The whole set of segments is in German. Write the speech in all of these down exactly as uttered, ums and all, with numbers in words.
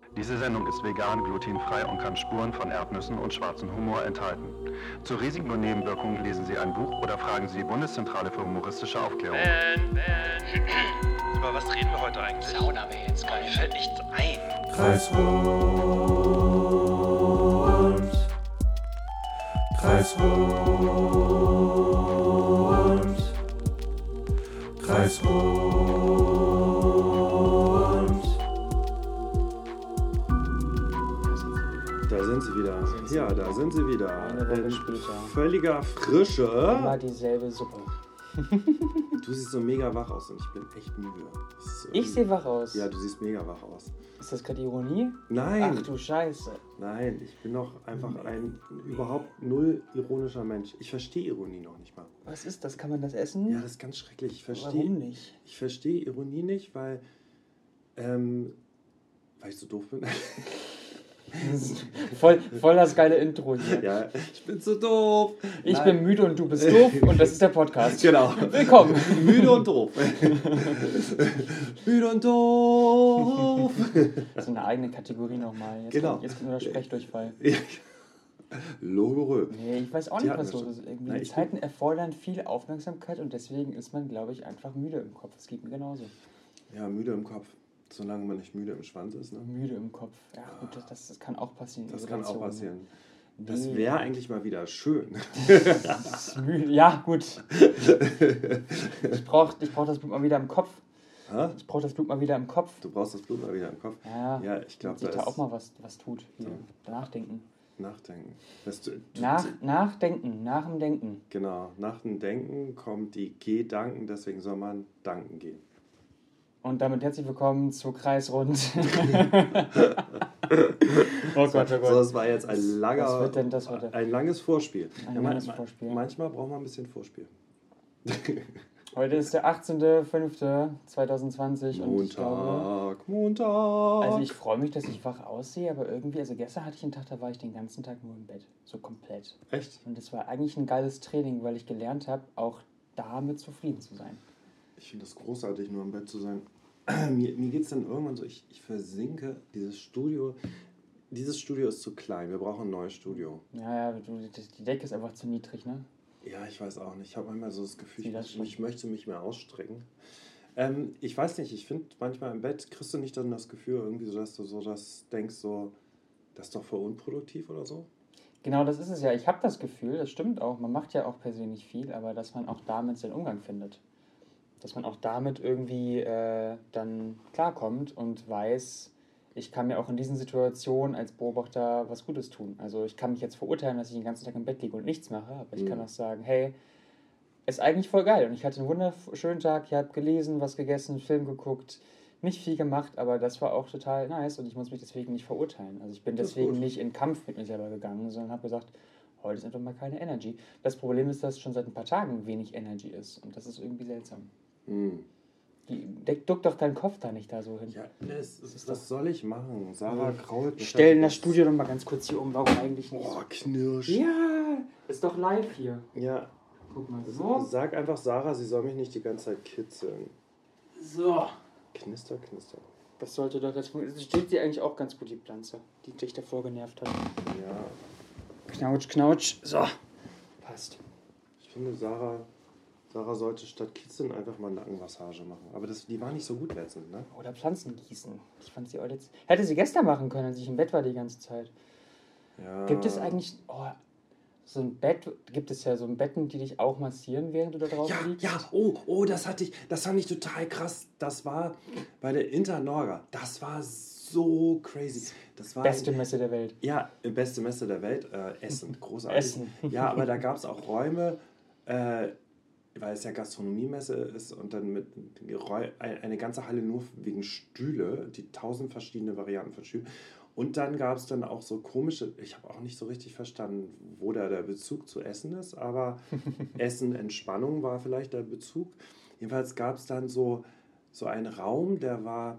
Diese Sendung ist vegan, glutenfrei und kann Spuren von Erdnüssen und schwarzem Humor enthalten. Zu Risiken und Nebenwirkungen lesen Sie ein Buch oder fragen Sie die Bundeszentrale für humoristische Aufklärung. Ben, Ben. Über was reden wir heute eigentlich? Sauna wäre jetzt geil. Mir fällt nichts ein. Kreisrund. Kreisrund. Kreisrund. Da sind sie wieder. Sind sie ja, wieder. da sind sie wieder. Eine Woche In später. völliger Frische. Immer dieselbe Suppe. Du siehst so mega wach aus und ich bin echt müde. Das ist Ich sehe wach aus. Ja, du siehst mega wach aus. Ist das gerade Ironie? Nein. Ach du Scheiße. Nein, ich bin noch einfach ein überhaupt null ironischer Mensch. Ich verstehe Ironie noch nicht mal. Was ist das? Kann man das essen? Ja, das ist ganz schrecklich. Ich verstehe, Warum nicht? ich verstehe Ironie nicht, weil, ähm, weil ich so doof bin. voll, voll das geile Intro hier. Ja, ich bin so doof. Ich Nein. bin müde und du bist doof und das ist der Podcast. Genau. Willkommen. Müde und doof. Müde und doof. Das ist eine eigene Kategorie nochmal. Jetzt Genau. kommt, jetzt kommt nur der Sprechdurchfall. Logorö. Nee, ich weiß auch Die nicht, hatten was wir so schon. ist. Irgendwie Na, die ich Zeiten erfordern viel Aufmerksamkeit und deswegen ist man, glaube ich, einfach müde im Kopf. Das geht mir genauso. Ja, müde im Kopf. Solange man nicht müde im Schwanz ist, ne? Müde im Kopf. Ja, gut, das, das kann auch passieren. Das kann auch Irritation. passieren. Das Nee. wäre eigentlich mal wieder schön. Das ist müde. Ja, gut. Ich brauche ich brauch das Blut mal wieder im Kopf. Ha? Ich brauche das Blut mal wieder im Kopf. Du brauchst das Blut mal wieder im Kopf. Ja, Ja, ich glaube, sich da da ist auch mal was, was tut. Hier. Nachdenken. Nachdenken. Das, du, du, Nach, nachdenken, nach dem Denken. Genau, nach dem Denken kommt die Gedanken, deswegen soll man danken gehen. Und damit herzlich willkommen zu Kreisrund. Oh Gott, oh So, Gott. das war jetzt ein langer, Was wird denn das heute? ein langes Vorspiel. Ein Ja, langes ma- Vorspiel. Manchmal braucht man ein bisschen Vorspiel. Heute ist der achtzehnter fünfter zweitausendzwanzig und ich glaube, Montag, Montag. also ich freue mich, dass ich wach aussehe, aber irgendwie, also gestern hatte ich einen Tag, da war ich den ganzen Tag nur im Bett, so komplett. Echt? Und das war eigentlich ein geiles Training, weil ich gelernt habe, auch damit zufrieden zu sein. Ich finde das großartig, nur im Bett zu sein. mir mir geht es dann irgendwann so, ich, ich versinke, dieses Studio, dieses Studio ist zu klein, wir brauchen ein neues Studio. Ja, ja, du, die Decke ist einfach zu niedrig, ne? Ja, ich weiß auch nicht. Ich habe manchmal so das Gefühl, Wie ich, das muss- schon. ich möchte mich mehr ausstrecken. Ähm, ich weiß nicht, ich finde manchmal im Bett kriegst du nicht dann das Gefühl, irgendwie so, dass du so das denkst, so, das ist doch voll unproduktiv oder so. Genau, das ist es ja. Ich habe das Gefühl, das stimmt auch, man macht ja auch persönlich viel, aber dass man auch damit seinen Umgang findet. Dass man auch damit irgendwie äh, dann klarkommt und weiß, ich kann mir auch in diesen Situationen als Beobachter was Gutes tun. Also ich kann mich jetzt verurteilen, dass ich den ganzen Tag im Bett liege und nichts mache, aber ich kann Mhm. auch sagen, hey, ist eigentlich voll geil und ich hatte einen wunderschönen Tag, ich habe gelesen, was gegessen, einen Film geguckt, nicht viel gemacht, aber das war auch total nice und ich muss mich deswegen nicht verurteilen. Also ich bin Das ist deswegen gut. nicht in Kampf mit mir selber gegangen, sondern habe gesagt, heute ist einfach mal keine Energy. Das Problem ist, dass schon seit ein paar Tagen wenig Energy ist und das ist irgendwie seltsam. Hm. Die, deck, duck doch deinen Kopf da nicht da so hin. Ja, das, das, was soll ich machen? Sarah krault mich. Stellen das Studio doch mal ganz kurz hier um, warum eigentlich nicht? Oh, Knirsch. Ja, ist doch live hier. Ja, Guck mal, so. sag einfach Sarah, sie soll mich nicht die ganze Zeit kitzeln. So. Knister, knister. Das sollte doch jetzt steht sie eigentlich auch ganz gut, die Pflanze, die dich davor genervt hat. Ja, Knautsch, knautsch. So. Passt. ich finde, Sarah, Sarah sollte statt kitzeln einfach mal Nackenmassage machen. Aber das, die war nicht so gut letztens, ne? Oder Pflanzen gießen. Ich fand sie heute jetzt. Hätte sie gestern machen können, als ich im Bett war die ganze Zeit. Ja. Gibt es eigentlich. Oh, so ein Bett, gibt es ja so ein Betten, die dich auch massieren, während du da drauf Ja, liegst? ja, oh, oh, das hatte ich, das fand ich total krass. Das war bei der Internorga. Das war so crazy. Das war Beste Messe der Welt. Ja, beste Messe der Welt. Äh, Essen, großartig. Essen. Ja, aber da gab es auch Räume, äh, weil es ja Gastronomiemesse ist und dann mit Räu- ein- eine ganze Halle nur wegen Stühle, die tausend verschiedene Varianten von Stühlen. Und dann gab es dann auch so komische, ich habe auch nicht so richtig verstanden, wo da der Bezug zu Essen ist, aber Essen, Entspannung war vielleicht der Bezug. Jedenfalls gab es dann so, so einen Raum, der war,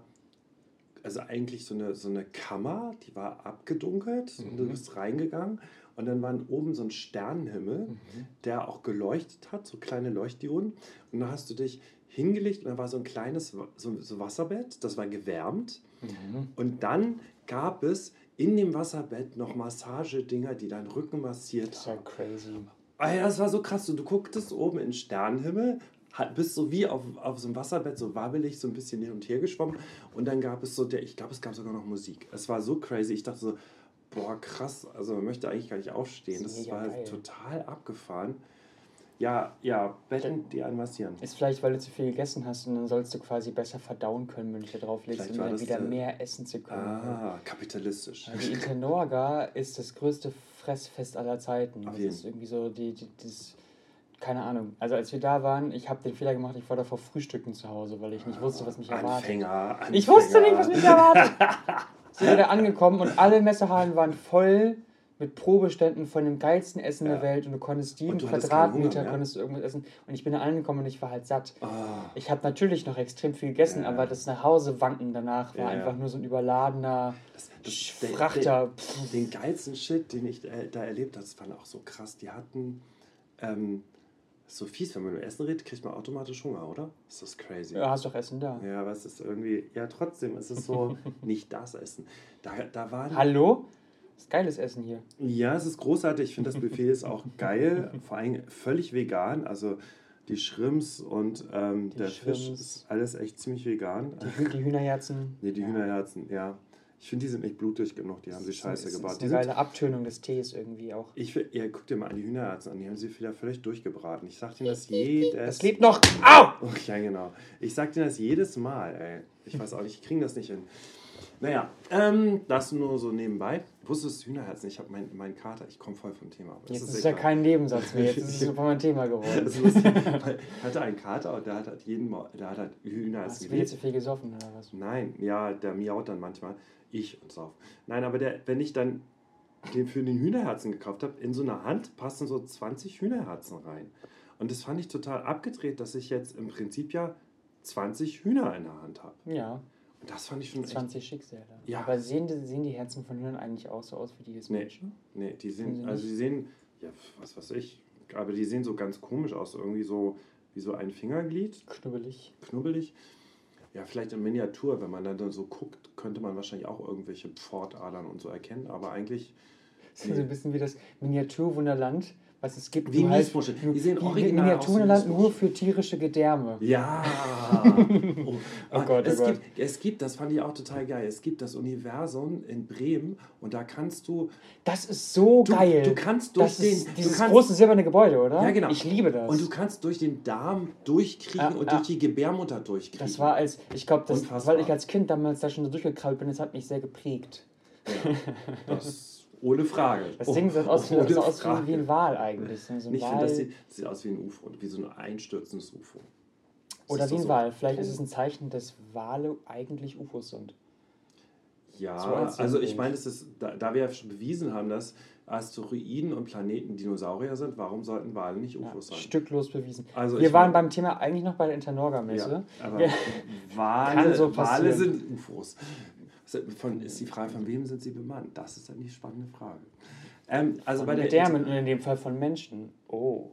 also eigentlich so eine, so eine Kammer, die war abgedunkelt und du bist reingegangen und dann war oben so ein Sternenhimmel, der auch geleuchtet hat, so kleine Leuchtdioden und dann hast du dich hingelegt und da war so ein kleines so, so Wasserbett, das war gewärmt. Mhm. Und dann gab es in dem Wasserbett noch Massagedinger, die deinen Rücken massiert Das ist ja haben. crazy. Ah ja, das war so krass. Du, du gucktest oben in den Sternenhimmel, hat, bist so wie auf, auf so einem Wasserbett so wabbelig so ein bisschen hin und her geschwommen. Und dann gab es so, der, ich glaube, es gab sogar noch Musik. Es war so crazy. Ich dachte so, boah, krass. Also man möchte eigentlich gar nicht aufstehen. Das Das, ist war mega geil. total abgefahren. Ja, ja, Betten, die einen massieren. Ist vielleicht, weil du zu viel gegessen hast und dann sollst du quasi besser verdauen können, wenn du dich da drauf legst, Vielleicht um war dann das wieder der- mehr essen zu können. Ah, kapitalistisch. Also die Internorga ist das größte Fressfest aller Zeiten. Auf Das jeden. ist irgendwie so die, die das, keine Ahnung. Also als wir da waren, ich habe den Fehler gemacht, ich war davor frühstücken zu Hause, weil ich nicht wusste, was mich erwartet. Anfänger, Anfänger. Ich wusste nicht, was mich erwartet. Sind wir da angekommen und alle Messehallen waren voll mit Probeständen von dem geilsten Essen Ja. der Welt und du konntest jeden Und du hattest keinen Hunger Quadratmeter mehr? konntest du irgendwas essen und ich bin da angekommen und ich war halt satt. Ah, Ich habe natürlich noch extrem viel gegessen, Ja. aber das Nachhause-Wanken danach war Ja, ja. einfach nur so ein überladener das, das, der- Frachter. Der, den geilsten Shit, den ich äh, da erlebt habe, das fand ich auch so krass. Die hatten, ähm, das ist so fies, wenn man über Essen redet, kriegt man automatisch Hunger, oder? Ist das crazy? Ja, hast doch Essen da. Ja, aber es ist irgendwie, ja trotzdem ist es so, nicht das Essen. Da, da waren, Hallo? Das ist geiles Essen hier. ja, es ist großartig, ich finde das Buffet ist auch geil, vor allem völlig vegan, also die Shrimps und ähm, Die der Fisch Shrimps. ist alles echt ziemlich vegan. Die, Hü- die Hühnerherzen. Nee, die Hühnerherzen, ja. Ich finde, die sind nicht blutig genug, die haben sie scheiße Das ist gebaut. eine Die sind, geile Abtönung des Tees irgendwie auch. ich, will- ja, guck dir mal an die Hühnerherzen an, die haben sie wieder völlig durchgebraten. Ich sag dir das jedes... Das lebt noch. Au! Oh, ja, genau. Ich sag dir das jedes Mal, ey. Ich weiß auch nicht, ich kriege das nicht hin. Naja, ähm, das nur so nebenbei. Wusstest du Hühnerherzen? Ich habe meinen mein Kater, ich komme voll vom Thema. Aber Jetzt das ist es ja egal. kein Nebensatz mehr, jetzt ist es super mein Thema geworden. Das ist lustig, weil ich hatte einen Kater und der hat halt jeden Mal, der hat halt Hühnerherzen Hast du wieder geliebt. zu viel gesoffen oder was? Nein, ja, der miaut dann manchmal. Ich und sauf. Nein, aber der, wenn ich dann den für den Hühnerherzen gekauft habe, in so einer Hand passen so zwanzig Hühnerherzen rein. Und das fand ich total abgedreht, dass ich jetzt im Prinzip ja zwanzig Hühner in der Hand habe. Ja, Und das fand ich schon echt... zwanzig Schicksale. Ja. Aber sehen die, sehen die Herzen von Hühnern eigentlich auch so aus wie die des Nee. Menschen? Nee, die Finden sehen, sie also nicht? die sehen, ja, was weiß ich, aber die sehen so ganz komisch aus, irgendwie so wie so ein Fingerglied, Knubbelig. knubbelig. Ja, vielleicht in Miniatur, wenn man dann so guckt, könnte man wahrscheinlich auch irgendwelche Pfortadern und so erkennen, aber eigentlich... Das ist so ein bisschen wie das Miniaturwunderland, was es gibt. Wie nur halt- Miesmuschel. nur- Die sehen wie original aus wie Miniaturwunderland nur Miesmuschel. für tierische Gedärme. Ja! Oh, Oh Gott, es, oh gibt, es gibt, das fand ich auch total geil, es gibt das Universum in Bremen und da kannst du... Das ist so Du, geil. du kannst durch das den... ist du dieses kannst, große silberne Gebäude, oder? Ja, genau. Ich liebe das. Und du kannst durch den Darm durchkriegen Ja, und ja. durch die Gebärmutter durchkriegen. das war als, ich glaube, das, Unfassbar. weil ich als Kind damals da schon so durchgekrabbelt bin, das hat mich sehr geprägt. Ja, das ohne Frage. Das Ding sieht aus, ohne sieht aus wie, Frage. wie ein Wal eigentlich. So ein Ich Wal, finde, das sieht, das sieht aus wie ein U F O, wie so ein einstürzendes U F O. Das oder ist wie doch ein so- Wal. Vielleicht ist es ein Zeichen, dass Wale eigentlich U F Os sind. Ja, So als also ich Sinnbild. meine, das ist, da, da wir ja schon bewiesen haben, dass Asteroiden und Planeten Dinosaurier sind, warum sollten Wale nicht U F Ja, Os sein? stücklos bewiesen. Also Wir ich waren mein- beim Thema eigentlich noch bei der Internorga-Messe. Ja, aber Ja. Wale, Kann so Wale passieren. sind U F Os. Von, ist die Frage, von wem sind sie bemannt? Das ist dann die spannende Frage. Ähm, also Von bei der Gedärmen und in dem Fall von Menschen. Oh.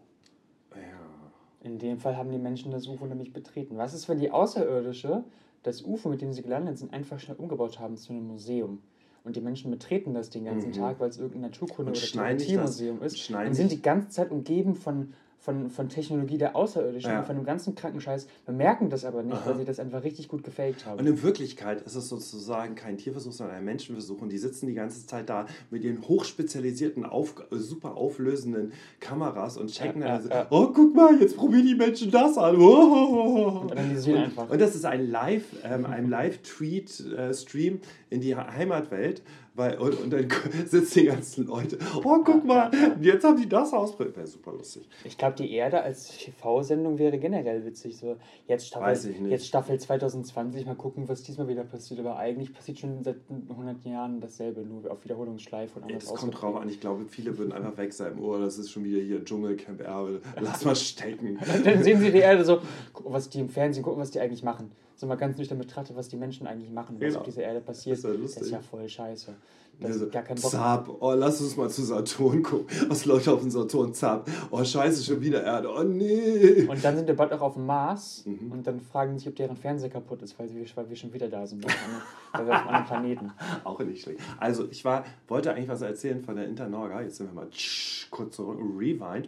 Ja. In dem Fall haben die Menschen das U F O nämlich betreten. Was ist, wenn die Außerirdische das U F O, mit dem sie gelandet sind, einfach schnell umgebaut haben zu einem Museum? Und die Menschen betreten das den ganzen Mhm. Tag, weil es irgendein Naturkunde- Und oder schneiden sich das- Tiermuseum und ist. schneiden Und sind sich- die ganze Zeit umgeben von, von, von Technologie der Außerirdischen Ja. und von dem ganzen kranken Scheiß, bemerken das aber nicht, Aha. weil sie das einfach richtig gut gefaked haben. Und in Wirklichkeit ist es sozusagen kein Tierversuch, sondern ein Menschenversuch. Und die sitzen die ganze Zeit da mit ihren hochspezialisierten, auf, super auflösenden Kameras und checken Ja, dann, ja, so, ja. oh, guck mal, jetzt probieren die Menschen das an. Und analysieren einfach. Und das ist ein Live, ähm, ein Live-Tweet-Stream in die Heimatwelt. Weil, und, und dann sitzen die ganzen Leute, oh, guck mal, jetzt haben die das ausprobiert. Wäre super lustig. Ich glaube, die Erde als T V-Sendung wäre generell witzig. So, jetzt Staffel, Weiß ich nicht. jetzt Staffel zwanzig zwanzig, mal gucken, was diesmal wieder passiert. Aber eigentlich passiert schon seit hundert Jahren dasselbe, nur auf Wiederholungsschleife und anders Es kommt drauf ausgeprägt. an, ich glaube, viele würden einfach weg sein. Oh, das ist schon wieder hier Dschungelcamp Erbe, lass mal stecken. Dann sehen sie die Erde so, gucken, was die im Fernsehen gucken, was die eigentlich machen. so mal ganz nüchtern betrachtet, was die Menschen eigentlich machen, was Genau. auf dieser Erde passiert, Das ist ja das ist lustig. ja voll scheiße. Das Also, ist gar kein Bock. Zap, oh, lass uns mal zu Saturn gucken. Was läuft auf dem Saturn? Zap. Oh, scheiße, schon wieder Erde. Oh, nee. Und dann sind wir bald auch auf dem Mars Mhm. und dann fragen sich, ob deren Fernseher kaputt ist, weil wir, weil wir schon wieder da sind, weil wir auf einem- weil wir auf einem anderen Planeten. Auch nicht schlecht. Also, ich war, wollte eigentlich was erzählen von der Internorga. Jetzt sind wir mal tsch, kurz zurück. Rewind.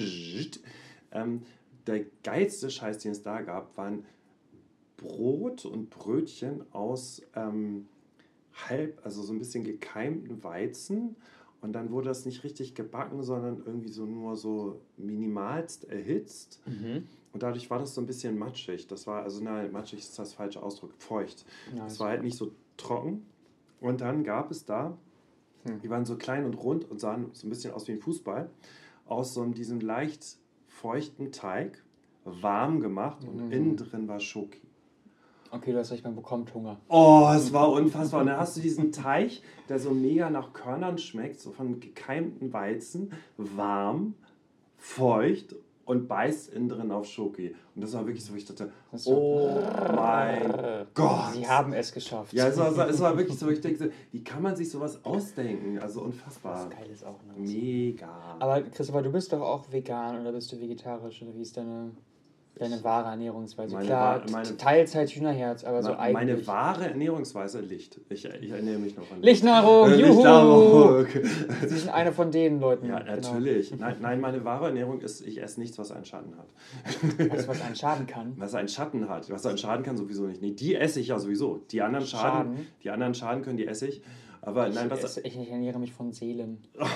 Ähm, der geilste Scheiß, den es da gab, waren Brot und Brötchen aus ähm, halb, also so ein bisschen gekeimten Weizen. Und dann wurde das nicht richtig gebacken, sondern irgendwie so nur so minimalst erhitzt. Mhm. Und dadurch war das so ein bisschen matschig. Das war, also nein, matschig ist das falsche Ausdruck, feucht. Nice. Es war halt nicht so trocken. Und dann gab es da, Hm. die waren so klein und rund und sahen so ein bisschen aus wie ein Fußball, aus so einem, diesem leicht feuchten Teig, warm gemacht und Mhm. innen drin war Schoki. Okay, du hast recht, man bekommt Hunger. Oh, es war unfassbar. Und dann hast du diesen Teig, der so mega nach Körnern schmeckt, so von gekeimten Weizen, warm, feucht und beißt innen drin auf Schoki. Und das war wirklich so, wo ich dachte, Das war- oh mein Gott. Sie haben es geschafft. Ja, es war, es war wirklich so, wo ich denke, wie kann man sich sowas ausdenken? Also unfassbar. Das geil ist auch noch. Mega. Aber Christopher, du bist doch auch vegan oder bist du vegetarisch oder wie ist deine, deine wahre Ernährungsweise? Meine Klar, wa- meine- Teilzeit Hühnerherz, aber so Me- eigentlich. Meine wahre Ernährungsweise, Licht. Ich, ich ernähre mich noch an Lichtnahrung, Äh, juhu! Lichtnahrung. Sie sind einer von den Leuten. Ja, genau. natürlich. Nein, nein, meine wahre Ernährung ist, ich esse nichts, was einen Schatten hat. Was, was einen schaden kann. Was einen Schatten hat. Was einen Schaden kann, sowieso nicht. Nee, die esse ich ja sowieso. Die anderen Schaden, Schaden? die anderen Schaden können, die esse ich. Aber nein, ich, was... esse, ich ernähre mich von Seelen.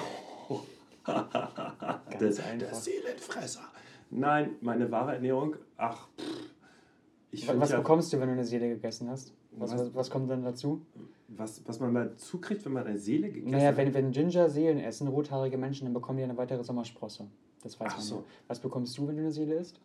der, Ganz der einfach. Seelenfresser. Nein, meine wahre Ernährung, ach, pff, ich Was, find was ja, bekommst du, wenn du eine Seele gegessen hast? Was, Was? was, was kommt dann dazu? was, was man mal zukriegt, wenn man eine Seele gegessen Naja, hat. wenn, wenn Ginger Seelen essen, rothaarige Menschen, dann bekommen die eine weitere Sommersprosse. Das weiß Ach man so. ja. Was bekommst du, wenn du eine Seele isst?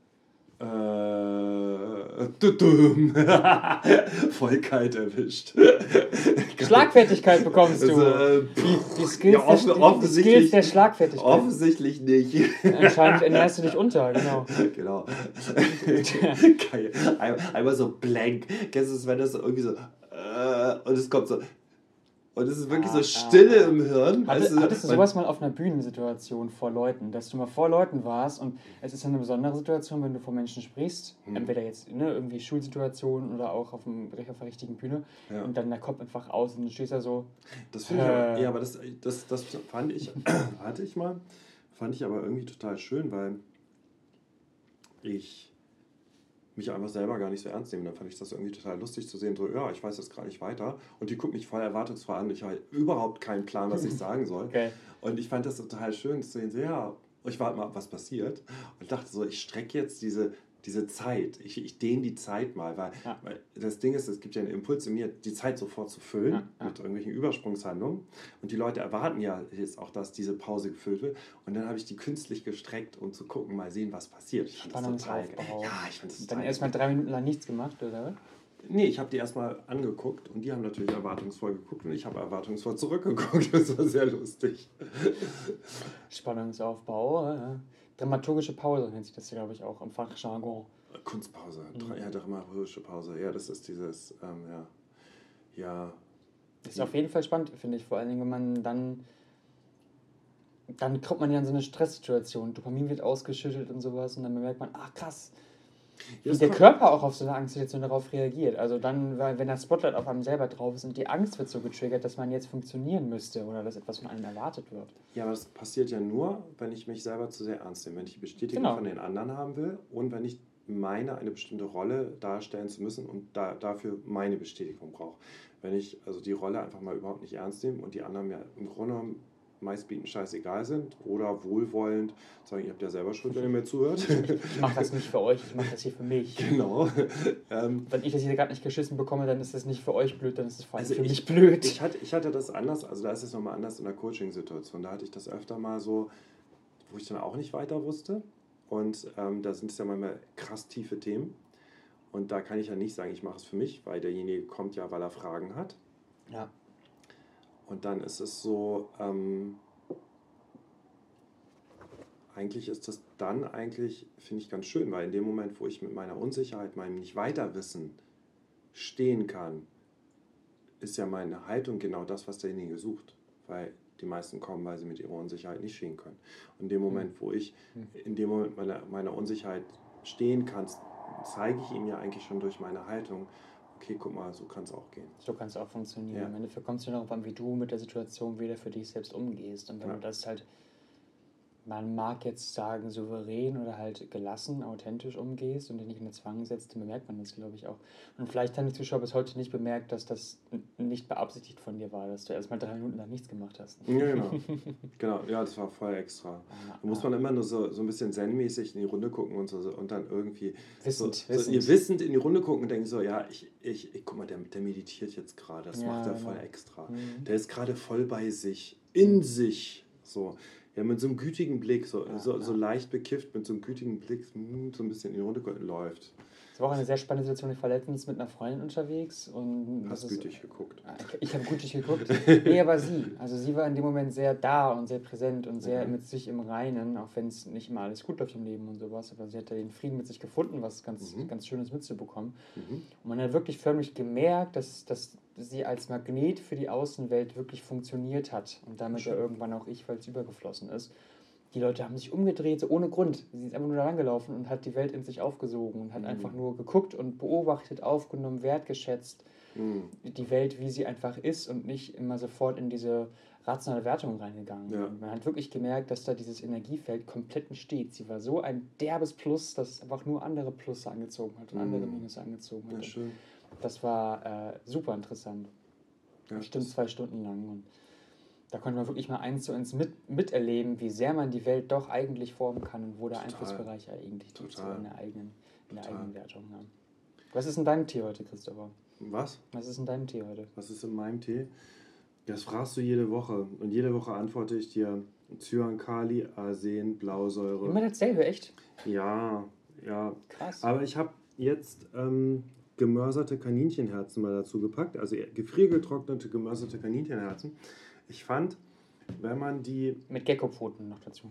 Äh, tudum. Voll kalt erwischt. Schlagfertigkeit bekommst du. Also, äh, die, Skills ja, offen- der, die, die offensichtlich- Skills der Schlagfertigkeit. Offensichtlich nicht. Anscheinend ernährst du dich unter, genau. Genau. Geil. Einmal, einmal so blank. Kennst du es, wenn das so irgendwie so. Äh, und es kommt so. Und es ist wirklich Ah, so Stille ah, im Hirn. Hatte, weißt du, hattest du man- sowas mal auf einer Bühnensituation vor Leuten, dass du mal vor Leuten warst und es ist eine besondere Situation, wenn du vor Menschen sprichst, Hm. entweder jetzt ne, irgendwie Schulsituation oder auch auf, dem, auf der richtigen Bühne Ja. und dann der Kopf einfach aus und du stehst da so, Das finde ich aber, Äh. ja, aber das, das, das fand ich, hatte ich mal, fand ich aber irgendwie total schön, weil ich mich einfach selber gar nicht so ernst nehme. Dann fand ich das irgendwie total lustig zu sehen, so, ja, ich weiß jetzt gerade nicht weiter. Und die guckt mich voll erwartungsvoll an. Ich habe überhaupt keinen Plan, was ich sagen soll. geil. Und ich fand das total schön zu sehen, so, ja, ich warte mal, ab, was passiert. Und dachte so, ich strecke jetzt diese, diese Zeit, ich, ich dehne die Zeit mal, weil, Ja. weil das Ding ist, es gibt ja einen Impuls in mir, die Zeit sofort zu füllen Ja, ja. mit irgendwelchen Übersprungshandlungen. Und die Leute erwarten ja jetzt auch, dass diese Pause gefüllt wird. Und dann habe ich die künstlich gestreckt, um zu gucken, mal sehen, was passiert. Ich fand das total geil. Spannungsaufbau. Ja, ich fand das Dann total erstmal drei Minuten lang nichts gemacht, oder? Nee, ich habe die erstmal angeguckt und die haben natürlich erwartungsvoll geguckt und ich habe erwartungsvoll zurückgeguckt. Das war sehr lustig. Spannungsaufbau. Äh. Dramaturgische Pause nennt sich das ja, glaube ich, auch im Fachjargon. Kunstpause, Mhm. ja, dramaturgische Pause. Ja, das ist dieses, ähm, ja, ja, Das ist auf jeden Fall spannend, finde ich. Vor allen Dingen, wenn man dann. Dann kommt man ja in so eine Stresssituation. Dopamin wird ausgeschüttet und sowas. Und dann merkt man, ach krass, wie das der kommt- Körper auch auf so eine Angstsituation darauf reagiert. Also dann, weil- wenn das Spotlight auf einem selber drauf ist und die Angst wird so getriggert, dass man jetzt funktionieren müsste oder dass etwas von einem erwartet wird. Ja, aber das passiert ja nur, wenn ich mich selber zu sehr ernst nehme, wenn ich die Bestätigung Genau. von den anderen haben will und wenn ich meine, eine bestimmte Rolle darstellen zu müssen und da, dafür meine Bestätigung brauche. Wenn ich also die Rolle einfach mal überhaupt nicht ernst nehme und die anderen mir im Grunde genommen meistbieten scheißegal sind oder wohlwollend sagen, ihr habt ja selber Schuld, wenn ihr mir zuhört. Ich mache das nicht für euch, ich mache das hier für mich. Genau. ähm, Wenn ich das hier gerade nicht geschissen bekomme, dann ist das nicht für euch blöd, dann ist es vor allem Also für ich- mich blöd. Ich hatte, ich hatte das anders, also da ist es nochmal anders in der Coaching-Situation. Da hatte ich das öfter mal so, wo ich dann auch nicht weiter wusste. Und ähm, da sind es ja manchmal krass tiefe Themen. Und da kann ich ja nicht sagen, ich mache es für mich, weil derjenige kommt ja, weil er Fragen hat. Ja. Und dann ist es so, ähm, eigentlich ist das dann eigentlich, finde ich ganz schön, weil in dem Moment, wo ich mit meiner Unsicherheit, meinem Nicht-Weiterwissen stehen kann, ist ja meine Haltung genau das, was derjenige sucht. Weil die meisten kommen, weil sie mit ihrer Unsicherheit nicht stehen können. Und in dem Moment, wo ich in dem Moment meiner, meiner Unsicherheit stehen kann, zeige ich ihm ja eigentlich schon durch meine Haltung, okay, guck mal, so kann es auch gehen. So kann es auch funktionieren. Ja. Am Ende kommt es nur darauf an, wie du mit der Situation wieder für dich selbst umgehst. Und wenn Ja. du das halt, man mag jetzt sagen, souverän oder halt gelassen, authentisch umgehst und dich nicht in den Zwang setzt, dann bemerkt man das, glaube ich, auch. Und vielleicht haben die Zuschauer bis heute nicht bemerkt, dass das n- nicht beabsichtigt von dir war, dass du erstmal drei Minuten lang nichts gemacht hast. Ja, genau. genau. Ja, das war voll extra. Da muss man immer nur so, so ein bisschen zen-mäßig in die Runde gucken und so und dann irgendwie Wissend, so, wissend. So, ihr wissend in die Runde gucken und denken so, ja, ich, ich, ich guck mal, der, der meditiert jetzt gerade, das Ja, macht er genau. voll extra. Mhm. Der ist gerade voll bei sich, in sich, so. Ja, mit so einem gütigen Blick, so, Ja, so, so ja. leicht bekifft, mit so einem gütigen Blick, hm, so ein bisschen in die Runde gucken, läuft. Es war auch eine sehr spannende Situation. Ich war letztens mit einer Freundin unterwegs und das Hast ist- gütig geguckt. Ich, ich habe gütig geguckt. Nee, aber sie. Also sie war in dem Moment sehr da und sehr präsent und sehr Mhm. mit sich im Reinen, auch wenn es nicht immer alles gut läuft im Leben und sowas. Aber sie hat da den Frieden mit sich gefunden, was ganz, Mhm. ganz Schönes mitzubekommen. Mhm. Und man hat wirklich förmlich gemerkt, dass, dass sie als Magnet für die Außenwelt wirklich funktioniert hat. Und damit ja Schön. irgendwann auch ich, weil es übergeflossen ist. Die Leute haben sich umgedreht, so ohne Grund. Sie ist einfach nur da langgelaufen und hat die Welt in sich aufgesogen und hat Mhm. einfach nur geguckt und beobachtet, aufgenommen, wertgeschätzt. Mhm. Die Welt, wie sie einfach ist und nicht immer sofort in diese rationale Wertung reingegangen. Ja. Und man hat wirklich gemerkt, dass da dieses Energiefeld komplett entsteht. Sie war so ein derbes Plus, das einfach nur andere Plusse angezogen hat und Mhm. andere Minusse angezogen hat. Ja, Und schön. das war äh, super interessant. Ja, Bestimmt das- zwei Stunden lang. Und da konnte man wirklich mal eins zu eins mit, miterleben, wie sehr man die Welt doch eigentlich formen kann und wo der Total. Einflussbereich eigentlich liegt, so Total. in der eigenen, in der Total. eigenen Wertung. Ja. Was ist in deinem Tee heute, Christopher? Was? Was ist in deinem Tee heute? Was ist in meinem Tee? Das fragst du jede Woche. Und jede Woche antworte ich dir Cyankali, Arsen, Blausäure. Immer dasselbe, echt? Ja, ja. Krass. Aber ich habe jetzt ähm, gemörserte Kaninchenherzen mal dazu gepackt. Also gefriergetrocknete, gemörserte Kaninchenherzen. Ich fand, wenn man die... Mit Geckopfoten noch dazu.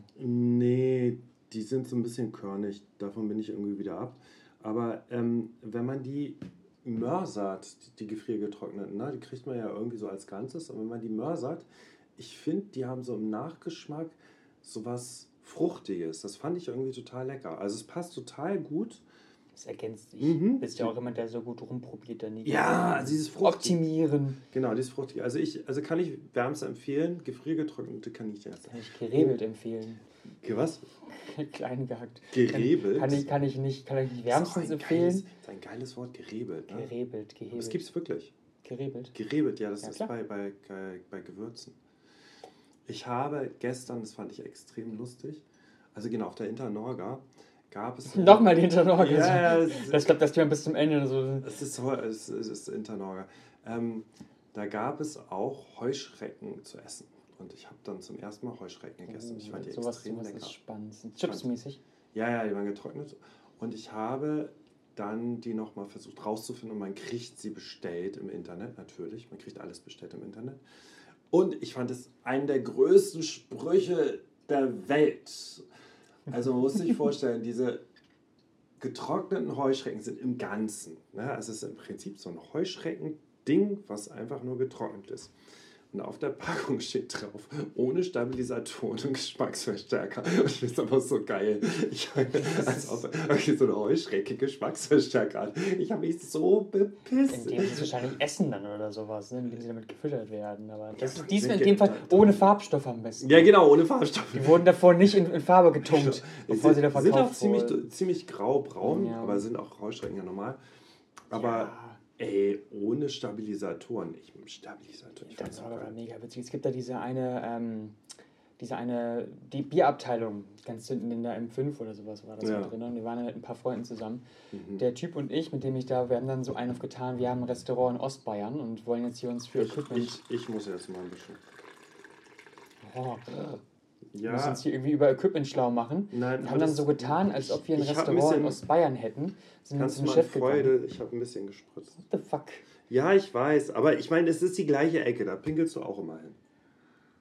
Nee, die sind so ein bisschen körnig. Davon bin ich irgendwie wieder ab. Aber ähm, wenn man die mörsert, die, die gefriergetrockneten, ne, die kriegt man ja irgendwie so als Ganzes. Und wenn man die mörsert, ich finde, die haben so im Nachgeschmack so was Fruchtiges. Das fand ich irgendwie total lecker. Also es passt total gut. Das ergänzt sich. Mhm. Du bist ja auch jemand, der so gut rumprobiert, der nie. Ja, also dieses Fruchtige. Optimieren. Genau, dieses Fruchtige. Also ich, also kann ich wärmstens empfehlen, gefriergetrocknete Kaninchenherzen. Kann ich gerebelt empfehlen. Ge- Was? Klein gehackt. Gerebelt? Kann ich, kann ich nicht, kann ich nicht Das ist wärmstens auch ein empfehlen. Geiles, das ist ein geiles Wort, gerebelt. Ne? Gerebelt, Aber gehebelt. das gibt es wirklich. Gerebelt. Gerebelt, ja, das Ja, ist klar. bei, bei, bei, bei Gewürzen. Ich habe gestern, das fand ich extrem lustig, also genau, auf der Internorga gab es... Nochmal die Internorga. Ja, ja, das, Das glaube, das Thema bis zum Ende so. es ist, heu- es ist, es ist Internorga. Ähm, da gab es auch Heuschrecken zu essen. Und ich habe dann zum ersten Mal Heuschrecken gegessen. Ich fand die sowas, extrem sowas lecker. ist spannend. Sind Chipsmäßig. Ja, ja, die waren getrocknet. Und ich habe dann die nochmal versucht rauszufinden und man kriegt sie bestellt im Internet, natürlich. Man kriegt alles bestellt im Internet. Und ich fand es einen der größten Sprüche der Welt. Also man muss sich vorstellen, diese getrockneten Heuschrecken sind im Ganzen. Ne? Also es ist im Prinzip so ein Heuschrecken-Ding, was einfach nur getrocknet ist. Und auf der Packung steht drauf, ohne Stabilisatoren und Geschmacksverstärker. Und ich finde es aber so geil. Ich, als ob okay, so eine Heuschrecke Geschmacksverstärker hat. Ich habe mich so bepisst. Indem sie es wahrscheinlich essen dann oder sowas, ne? Indem sie damit gefüttert werden. Aber das Ja, ist diesmal in sind dem Fall ge- ohne Farbstoff am besten. Ja, genau, ohne Farbstoffe. Die wurden davor nicht in, in Farbe getunkt, bevor sie da sind, sind auch verkauft ziemlich, wurden. ziemlich grau-braun, Ja. aber sind auch Heuschrecken ja normal. Aber Ja. ey, ohne Stabilisatoren. Ich Stabilisatoren. Ich Das fand's war auch aber geil. mega witzig. Es gibt da diese eine, ähm, diese eine, die Bierabteilung, ganz hinten in der M fünf oder sowas war das Ja. da drin. Und wir waren da mit ein paar Freunden zusammen. Mhm. Der Typ und ich, mit dem ich da, wir haben dann so einen aufgetan, wir haben ein Restaurant in Ostbayern und wollen jetzt hier uns für Ich, Equipment. ich, ich muss erst mal ein bisschen. Oh, wir Ja, müssen uns hier irgendwie über Equipment schlau machen. nein, Und haben dann das- so getan, als ob wir ein ich hab ein Restaurant in bisschen- Ostbayern hätten. Sind dann Kannst zum du mal Chef gegangen. Freude, ich habe ein bisschen gespritzt. What the fuck? Ja, ich weiß, aber ich meine, es ist die gleiche Ecke, da pinkelst du auch immer hin.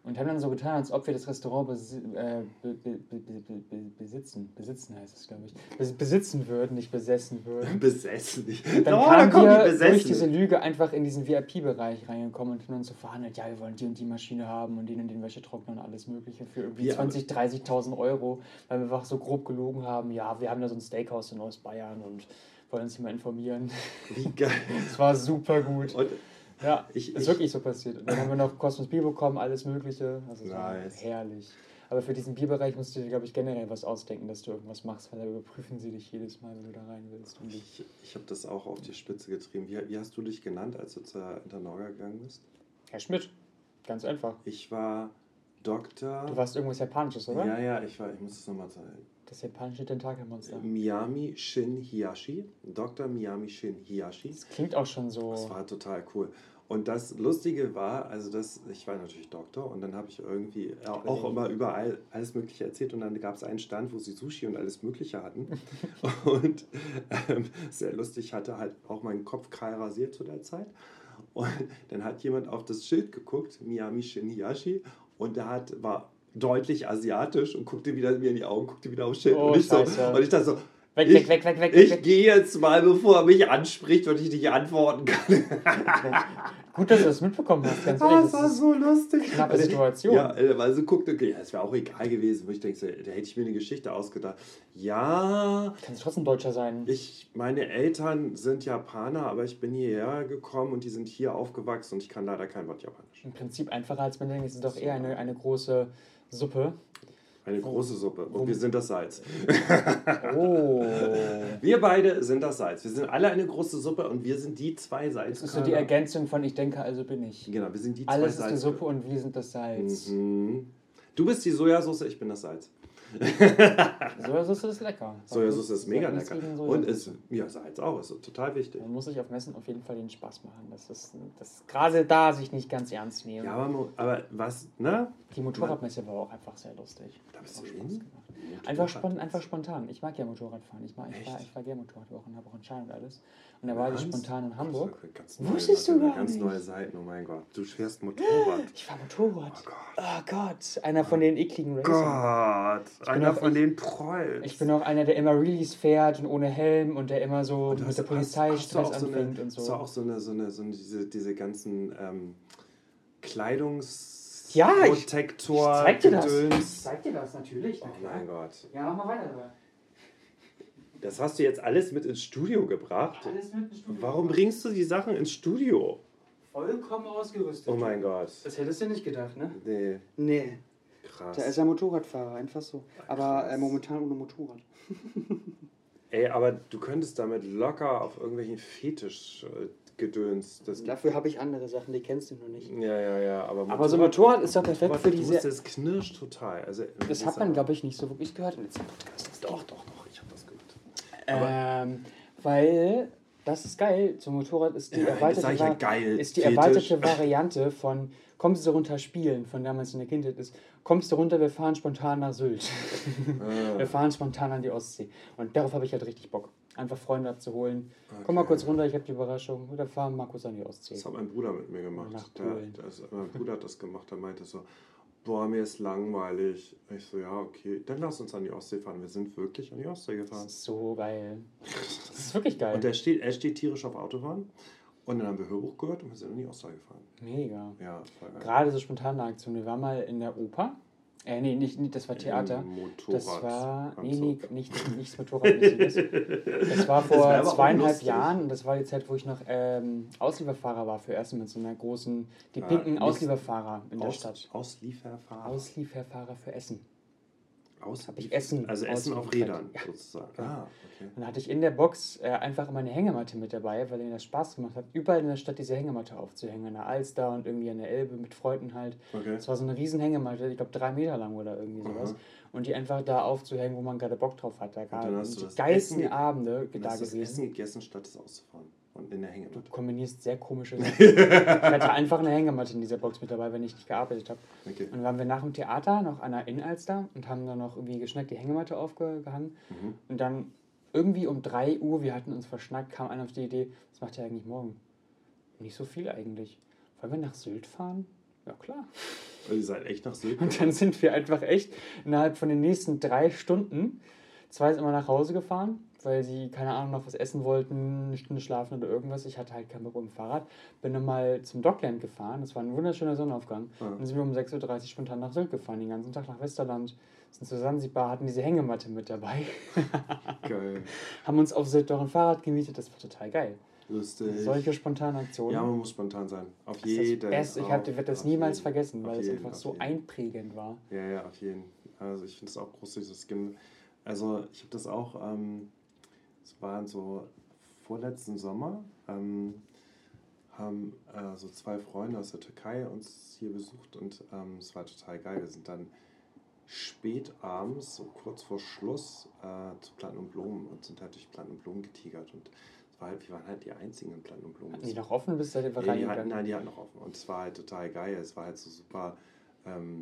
Und haben dann so getan, als ob wir das Restaurant besi äh, be be be be besitzen. Besitzen heißt es, glaube ich. Bes besitzen würden, nicht besessen würden. Besessen. Dann Oh, kamen kommen die wir Besessenen. durch diese Lüge einfach in diesen V I P-Bereich reingekommen und haben uns so verhandelt, ja, wir wollen die und die Maschine haben und den und den Wäschetrockner und alles mögliche für irgendwie Ja, zwanzigtausend, dreißigtausend Euro, weil wir einfach so grob gelogen haben, ja, wir haben da so ein Steakhouse in Ostbayern und wollen uns hier mal informieren. Wie geil. Es war super gut. Und Ja, Ich- ist ich- wirklich so passiert. Und dann haben wir noch kostenloses Bier bekommen, alles mögliche. Also es war Nice. herrlich. Aber für diesen Bierbereich musst du dir, glaube ich, generell was ausdenken, dass du irgendwas machst, weil da überprüfen sie dich jedes Mal, wenn du da rein willst. Und ich, ich habe das auch auf die Spitze getrieben. Wie, wie hast du dich genannt, als du zur Internorga gegangen bist? Herr Schmidt, ganz einfach. Ich war Doktor. Du warst irgendwas Japanisches, oder? Ja, ja, ich war, ich muss es nochmal sagen. Das japanische Tentakelmonster. Miyami Shin Hiyashi. Doktor Miyami Shin Hiyashi. Das klingt auch schon so. Das war total cool. Und das Lustige war, also das, ich war natürlich Doktor und dann habe ich irgendwie auch immer überall alles Mögliche erzählt und dann gab es einen Stand, wo sie Sushi und alles Mögliche hatten. Und ähm, sehr lustig, hatte halt auch meinen Kopf kahl rasiert zu der Zeit. Und dann hat jemand auf das Schild geguckt, Miyami Shin Hiyashi, und der hat, war deutlich asiatisch und guckte wieder mir in die Augen, guckte wieder aufs Schild. Oh, und, ich so, Scheiße. und ich dachte so, Weg, ich, weg, weg, weg, weg, ich weg. gehe jetzt mal, bevor er mich anspricht und ich nicht antworten kann. Gut, dass du das mitbekommen hast, ganz Ah, ehrlich. das Das war ist so lustig. knappe Also, Situation. Ja, also guckte, okay, ja, es wäre auch egal gewesen. Wo ich denke, so, da hätte ich mir eine Geschichte ausgedacht. Ja, Kannst du trotzdem Deutscher sein. ich, meine Eltern sind Japaner, aber ich bin hierher gekommen und die sind hier aufgewachsen und ich kann leider kein Wort Japanisch. Im Prinzip einfacher als man denkt. Es ist doch eher eine, eine große Suppe. Eine große Suppe. Und wo- wir sind das Salz. Oh. Wir beide sind das Salz. Wir sind alle eine große Suppe und wir sind die zwei Das ist so Salzkörner. die Ergänzung von ich denke, also bin ich. Genau, wir sind die zwei Alles ist die Salzkörner. Suppe und wir sind das Salz. Mhm. Du bist die Sojasauce, ich bin das Salz. Sojasauce ist lecker. Sojasauce ist mega Nichts lecker. gegen Und Sojasauce. ist, ja, Salz auch, ist total wichtig. Man muss sich auf Messen auf jeden Fall den Spaß machen. Das ist, das ist gerade da sich nicht ganz ernst nehmen. Ja, aber, mo- aber was, ne? Die Motorradmesse war auch einfach sehr lustig. Da bist Hat du auch hin? Spaß gemacht. Einfach, spon einfach spontan. Ich mag ja Motorradfahren. Ich, mag, ich, fahr, ich fahr gerne Motorrad auch und habe auch einen Schein und alles. Und da war ich Ernst? spontan in Hamburg. Ganz neue, Wusstest du Leute, gar ganz nicht? neue Seiten, oh mein Gott. Du fährst Motorrad. Ich fahr Motorrad. Oh Gott. Oh Gott. Einer von den ekligen Racer. Gott, einer auch- von den Prolls. Ich bin auch einer, der immer Wheelies fährt und ohne Helm und der immer so Du mit hast- der Polizei hast- hast du auch Stress so eine- anfängt und Hast du so. auch so eine, so eine, so eine diese, diese ganzen ähm, Kleidungs... Ja, ich- Protektor, Ich zeig dir das. Gedöns. Ich zeig dir das natürlich. Oh mein Gott. Ja, mach mal weiter dabei. Das hast du jetzt alles mit ins Studio gebracht. Alles mit dem Studio. Warum bringst du die Sachen ins Studio? Vollkommen ausgerüstet. Oh mein Gott. Das hättest du nicht gedacht, ne? Nee, Nee, krass. der ist ja Motorradfahrer, einfach so. Aber krass. äh, momentan ohne Motorrad. Ey, aber du könntest damit locker auf irgendwelchen Fetisch-Gedöns. Das Dafür habe ich andere Sachen, die kennst du noch nicht. ja, ja, ja. Aber, Aber so ein Motorrad ist doch perfekt Motorrad, für du diese. musst, das knirscht total. Also, Das hat man, glaube ich, nicht so wirklich gehört in letzten Podcast. Doch, doch, doch. Ich habe das gehört. Ähm, weil das ist geil. Zum Motorrad ist die Ja, das erweiterte, sag ich ja Va- geil. ist die Fetisch. erweiterte Variante von kommst du runter spielen, von damals in der Kindheit ist, kommst du runter, wir fahren spontan nach Sylt. Ah, Wir fahren spontan an die Ostsee. Und darauf habe ich halt richtig Bock. Einfach Freunde abzuholen. Komm mal Okay. kurz runter, ich habe die Überraschung. Oder fahren mal kurz an die Ostsee. das hat mein Bruder mit mir gemacht. Nach Der, Polen. der ist, mein Bruder hat das gemacht. Der meinte so, boah, mir ist langweilig. Ich so, ja, okay, dann lass uns an die Ostsee fahren. Wir sind wirklich an die Ostsee Das gefahren. ist so geil. Das ist wirklich geil. Und der steht, er steht tierisch auf Autobahn. Und dann haben wir Hörbuch gehört und wir sind an die Ostsee gefahren. Mega. Ja, voll geil. Gerade so spontane Aktion. Wir waren mal in der Oper. Äh, nee, nicht, nicht, das war Theater. Im Das war, nee, nee, Motorradanzug. nicht, nichts Motorradmäßiges. Das war Das vor wär aber auch zweieinhalb lustig. Jahren und das war die Zeit, wo ich noch ähm, Auslieferfahrer war für Essen mit so einer großen, die Ah, pinken nicht- Auslieferfahrer in der Aus, Stadt. Auslieferfahrer. Auslieferfahrer für Essen. Aus, hab ich Essen Also Essen auf ausgeliefert. Rädern Ja, sozusagen. genau. Ah, okay. Und da hatte ich in der Box äh, einfach immer eine Hängematte mit dabei, weil mir das Spaß gemacht hat, überall in der Stadt diese Hängematte aufzuhängen. An der Alster und irgendwie an der Elbe mit Freunden halt. Okay. Das war so eine riesen Hängematte, ich glaube drei Meter lang oder irgendwie sowas. Und die einfach da aufzuhängen, wo man gerade Bock drauf hat. Da dann hast du die das geilsten Essen ge- Abende Dann da hast du das gewesen. Essen gegessen, statt es auszufahren. Und in der Du Hängematte. kombinierst sehr komische Sachen. Ich hatte einfach eine Hängematte in dieser Box mit dabei, wenn ich nicht gearbeitet habe. Okay. Und dann waren wir nach dem Theater noch an der Innenalster und haben dann noch irgendwie geschnackt die Hängematte aufgehangen. Mhm. Und dann irgendwie um drei Uhr, wir hatten uns verschnackt, kam einer auf die Idee, was macht ihr eigentlich morgen? Nicht so viel eigentlich. Wollen wir nach Sylt fahren? Ja, klar. Also ihr seid echt nach Sylt. Und dann sind wir einfach echt innerhalb von den nächsten drei Stunden, zwei sind immer nach Hause gefahren, weil sie, keine Ahnung, noch was essen wollten, eine Stunde schlafen oder irgendwas. Ich hatte halt keinen Bock auf dem Fahrrad. Bin dann mal zum Dockland gefahren. Das war ein wunderschöner Sonnenaufgang. Ah. Dann sind wir um sechs Uhr dreißig spontan nach Sylt gefahren, den ganzen Tag nach Westerland. Sind zu Sansibar, hatten diese Hängematte mit dabei. Geil. Haben uns auf Sylt doch ein Fahrrad gemietet. Das war total geil. Lustig. Solche spontanen Aktionen. Ja, man muss spontan sein. Auf Das ist jeden das Beste. Ich hab- werde das auf niemals jeden, vergessen, auf weil es jeden, einfach auf so jeden. einprägend war. Ja, ja, auf jeden. Also ich finde es auch großartig, das Skin. Also ich habe das auch, ähm, es war so vorletzten Sommer, ähm, haben äh, so zwei Freunde aus der Türkei uns hier besucht und ähm, es war total geil. Wir sind dann spät abends, so kurz vor Schluss, äh, zu Planten und Blumen und sind halt durch Planten und Blumen getigert und es war halt, wir waren halt die einzigen in Planten und Blumen. Hatten die noch offen, bis seid ihr Ja, die hatten, reingegangen? nein, die hatten noch offen. Und es war halt total geil. Es war halt so super, ähm,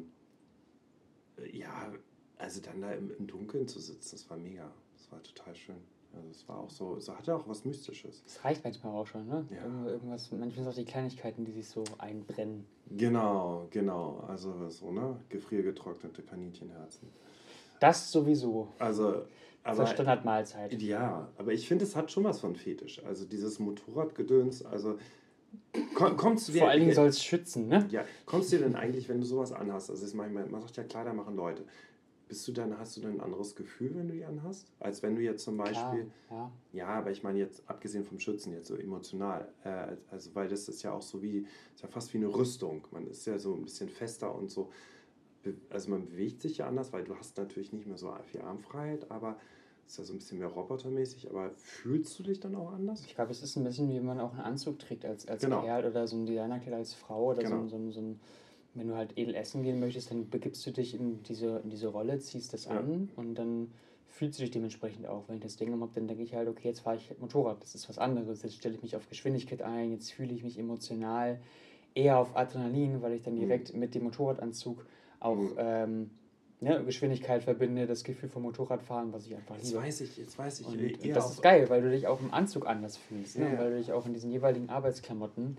ja, also dann da im, im Dunkeln zu sitzen, das war mega. Das war total schön. Also es war auch so, es hatte auch was Mystisches. Das reicht manchmal auch schon, ne? Ja. Irgend- Irgendwas, manchmal sind es auch die Kleinigkeiten, die sich so einbrennen. Genau, genau. Also so, ne? Gefriergetrocknete Kaninchenherzen. Das sowieso. Also, Das aber... ist Standardmahlzeit. Ja, aber ich finde, es hat schon was von Fetisch. Also dieses Motorradgedöns, also... Komm, kommst du dir... Vor allen Dingen soll es schützen, ne? Ja, kommst du dir denn eigentlich, wenn du sowas anhast, also ist manchmal, man sagt ja, Kleider machen Leute, bist du dann, hast du dann ein anderes Gefühl, wenn du die anhast? Als wenn du jetzt zum Klar, Beispiel, ja. ja, aber ich meine jetzt, abgesehen vom Schützen, jetzt so emotional, äh, also weil das ist ja auch so wie, ist ja fast wie eine Rüstung, man ist ja so ein bisschen fester und so, be- also man bewegt sich ja anders, weil du hast natürlich nicht mehr so viel Armfreiheit, aber es ist ja so ein bisschen mehr robotermäßig, aber fühlst du dich dann auch anders? Ich glaube, es ist ein bisschen, wie man auch einen Anzug trägt als, als Genau. Kerl oder so ein Designerkleid als Frau oder Genau. so, ein- so, ein- so ein, wenn du halt edel essen gehen möchtest, dann begibst du dich in diese, in diese Rolle, ziehst das Ja. an und dann fühlst du dich dementsprechend auch. Wenn ich das Ding habe, dann denke ich halt, okay, jetzt fahre ich Motorrad, das ist was anderes, jetzt stelle ich mich auf Geschwindigkeit ein, jetzt fühle ich mich emotional eher auf Adrenalin, weil ich dann Mhm. direkt mit dem Motorradanzug auch Mhm. ähm, ne, Geschwindigkeit verbinde, das Gefühl vom Motorradfahren, was ich einfach Jetzt liebe. weiß ich, jetzt weiß ich Und eher das auf- ist geil, weil du dich auch im Anzug anders fühlst, ne? Ja, ja. Weil du dich auch in diesen jeweiligen Arbeitsklamotten.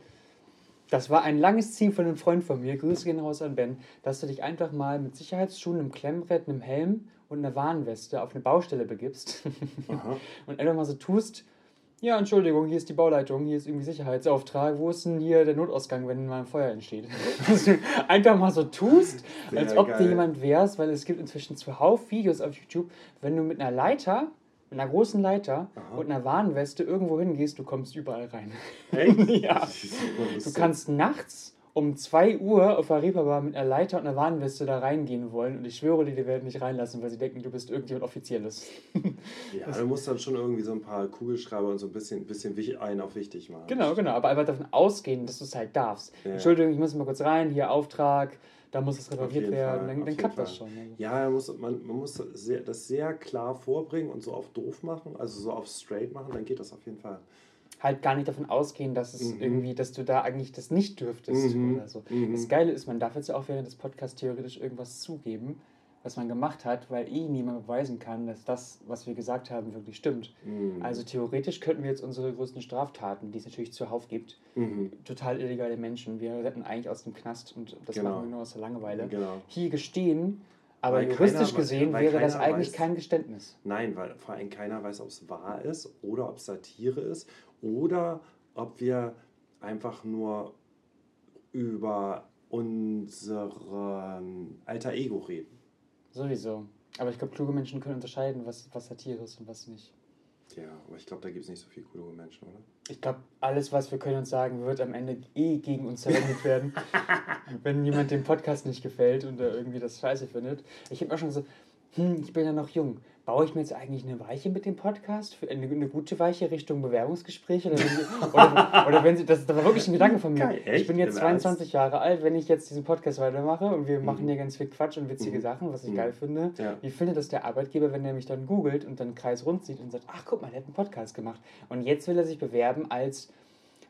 Das war ein langes Ziel von einem Freund von mir, Grüße gehen raus an Ben, dass du dich einfach mal mit Sicherheitsschuhen, einem Klemmbrett, einem Helm und einer Warnweste auf eine Baustelle begibst Aha. und einfach mal so tust, ja, Entschuldigung, hier ist die Bauleitung, hier ist irgendwie Sicherheitsauftrag, wo ist denn hier der Notausgang, wenn mal ein Feuer entsteht? Dass du einfach mal so tust, Sehr als ob geil. dir jemand wärst, weil es gibt inzwischen zuhauf Videos auf YouTube, wenn du mit einer Leiter, mit einer großen Leiter Aha. und einer Warnweste irgendwo hingehst, du kommst überall rein. Echt? Ja. Das ist super Du lustig. kannst nachts um zwei Uhr auf der Reeperbahn mit einer Leiter und einer Warnweste da reingehen wollen und ich schwöre dir, die werden nicht reinlassen, weil sie denken, du bist irgendjemand Offizielles. Ja, du musst dann schon irgendwie so ein paar Kugelschreiber und so ein bisschen, bisschen wich- einen auf wichtig machen. Genau, genau, aber einfach davon ausgehen, dass du es halt darfst. Ja. Entschuldigung, ich muss mal kurz rein, hier Auftrag, da muss es Auf repariert jeden werden, Fall, dann, auf dann jeden klappt das Fall. schon. Ne? Ja, man muss, man, man muss sehr, das sehr klar vorbringen und so auf doof machen, also so auf straight machen, dann geht das auf jeden Fall. Halt gar nicht davon ausgehen, dass es Mhm. irgendwie, dass du da eigentlich das nicht dürftest Mhm. oder so. Mhm. Das Geile ist, man darf jetzt ja auch während des Podcasts theoretisch irgendwas zugeben, was man gemacht hat, weil eh niemand beweisen kann, dass das, was wir gesagt haben, wirklich stimmt. Mhm. Also theoretisch könnten wir jetzt unsere größten Straftaten, die es natürlich zuhauf gibt, Mhm. total illegale Menschen, wir hätten eigentlich aus dem Knast und das Genau. machen wir nur aus der Langeweile, Genau. hier gestehen, aber Weil juristisch keiner- gesehen weil wäre das keiner eigentlich weiß- kein Geständnis. Nein, weil vor allem keiner weiß, ob es wahr ist oder ob es Satire ist oder ob wir einfach nur über unseren alter Ego reden. Sowieso. Aber ich glaube, kluge Menschen können unterscheiden, was, was Satire ist und was nicht. Ja, aber ich glaube, da gibt es nicht so viele kluge Menschen, oder? Ich glaube, alles, was wir können uns sagen, wird am Ende eh gegen uns verwendet werden. Wenn jemand dem Podcast nicht gefällt und er irgendwie das scheiße findet. Ich habe mir schon so, hm, ich bin ja noch jung. Baue ich mir jetzt eigentlich eine Weiche mit dem Podcast? Für eine, eine gute Weiche Richtung Bewerbungsgespräch? Oder wenn, sie, oder, oder wenn sie, das, das war wirklich ein Gedanke von mir. Geil, echt? Ich bin jetzt Im zweiundzwanzig Jahre alt, wenn ich jetzt diesen Podcast weitermache und wir Mhm. machen hier ganz viel Quatsch und witzige Mhm. Sachen, was ich Mhm. geil finde. Ja. Wie findet das der Arbeitgeber, wenn er mich dann googelt und dann kreisrund sieht und sagt, ach guck mal, der hat einen Podcast gemacht. Und jetzt will er sich bewerben als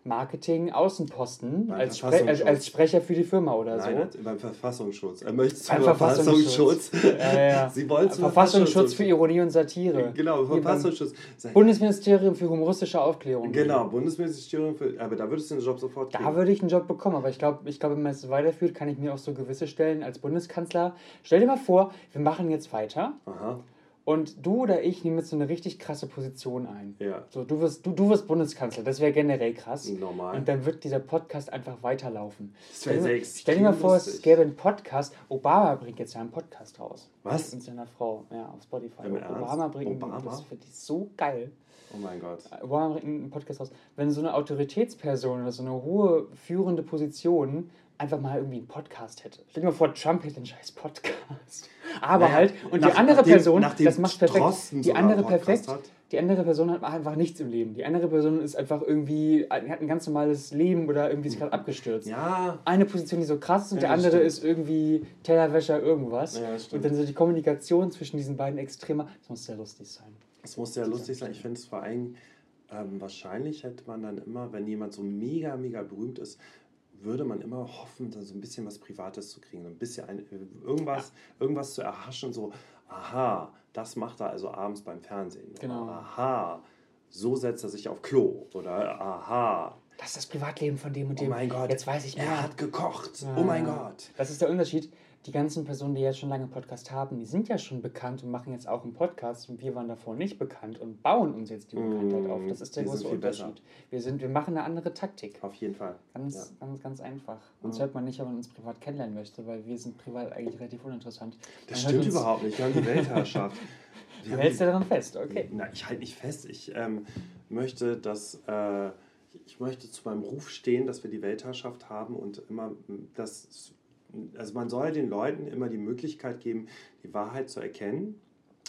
Marketing Außenposten Beim als, Spre als, Verfassungsschutz. als Sprecher für die Firma oder Nein, so. als- beim Verfassungsschutz. Er möchte zum Beim Verfassungsschutz. Verfassungsschutz. Ja, ja. Sie wollen zum Verfassungsschutz für Ironie und Satire. Genau, Hier beim Verfassungsschutz. Bundesministerium für humoristische Aufklärung. Genau, Bundesministerium für. Aber da würdest du den Job sofort kriegen. Da würde ich einen Job bekommen, aber ich glaube, ich glaub, wenn man es weiterführt, kann ich mir auch so gewisse Stellen als Bundeskanzler. Stell dir mal vor, wir machen jetzt weiter Aha, und du oder ich nehmen jetzt so eine richtig krasse Position ein. ja. So, du wirst, du, du wirst Bundeskanzler, das wäre generell krass. Normal. Und dann wird dieser Podcast einfach weiterlaufen. Das wäre Stell sehr dir- extrem Stell dir mal vor, es lustig. gäbe einen Podcast. Obama bringt jetzt ja einen Podcast raus. Was? Mit seiner Frau, ja, auf Spotify. Im Ernst? Obama bringt einen Obama? Das finde ich so geil. Oh mein Gott. Obama bringt einen Podcast raus. Wenn so eine Autoritätsperson oder so eine hohe führende Position einfach mal irgendwie einen Podcast hätte. Stell dir mal vor, Trump hätte einen scheiß Podcast. Aber Naja, halt, und nach- die andere nachdem- Person, nachdem das macht perfekt. Drosten Die sogar andere einen Podcast perfekt. hat. Die andere Person hat einfach nichts im Leben. Die andere Person ist einfach irgendwie, hat ein ganz normales Leben oder irgendwie ist gerade abgestürzt. Ja. Eine Position, die so krass ist und Ja, der das andere stimmt. ist irgendwie Tellerwäscher irgendwas. Ja, das stimmt. Und dann so die Kommunikation zwischen diesen beiden extremer. Das muss sehr lustig sein. Es muss sehr lustig sein. Ich finde es vor allem, ähm, wahrscheinlich hätte man dann immer, wenn jemand so mega, mega berühmt ist, würde man immer hoffen, dann so ein bisschen was Privates zu kriegen. So ein bisschen ein, irgendwas, irgendwas zu erhaschen, so, aha, das macht er also abends beim Fernsehen. Genau. Oder, aha, so setzt er sich auf Klo. Oder aha, Das ist das Privatleben von dem und oh dem. mein Gott, Jetzt weiß ich mehr. er hat gekocht. Ja. Oh mein Gott. Das ist der Unterschied. Die ganzen Personen, die jetzt schon lange einen Podcast haben, die sind ja schon bekannt und machen jetzt auch einen Podcast und wir waren davor nicht bekannt und bauen uns jetzt die Bekanntheit auf. Das ist der die sind große viel besser. Unterschied. Wir, sind, wir machen eine andere Taktik. Auf jeden Fall. Ganz, Ja. ganz, ganz einfach. Uns hört man nicht, wenn man uns privat kennenlernen möchte, weil wir sind privat eigentlich relativ uninteressant. Das Man hört stimmt uns- überhaupt nicht. Wir haben die Weltherrschaft. Wir Du haben hältst die- ja daran fest, okay. Na, ich halte nicht fest. Ich ähm, möchte, dass äh, ich möchte zu meinem Ruf stehen, dass wir die Weltherrschaft haben und immer das. Also man soll den Leuten immer die Möglichkeit geben, die Wahrheit zu erkennen,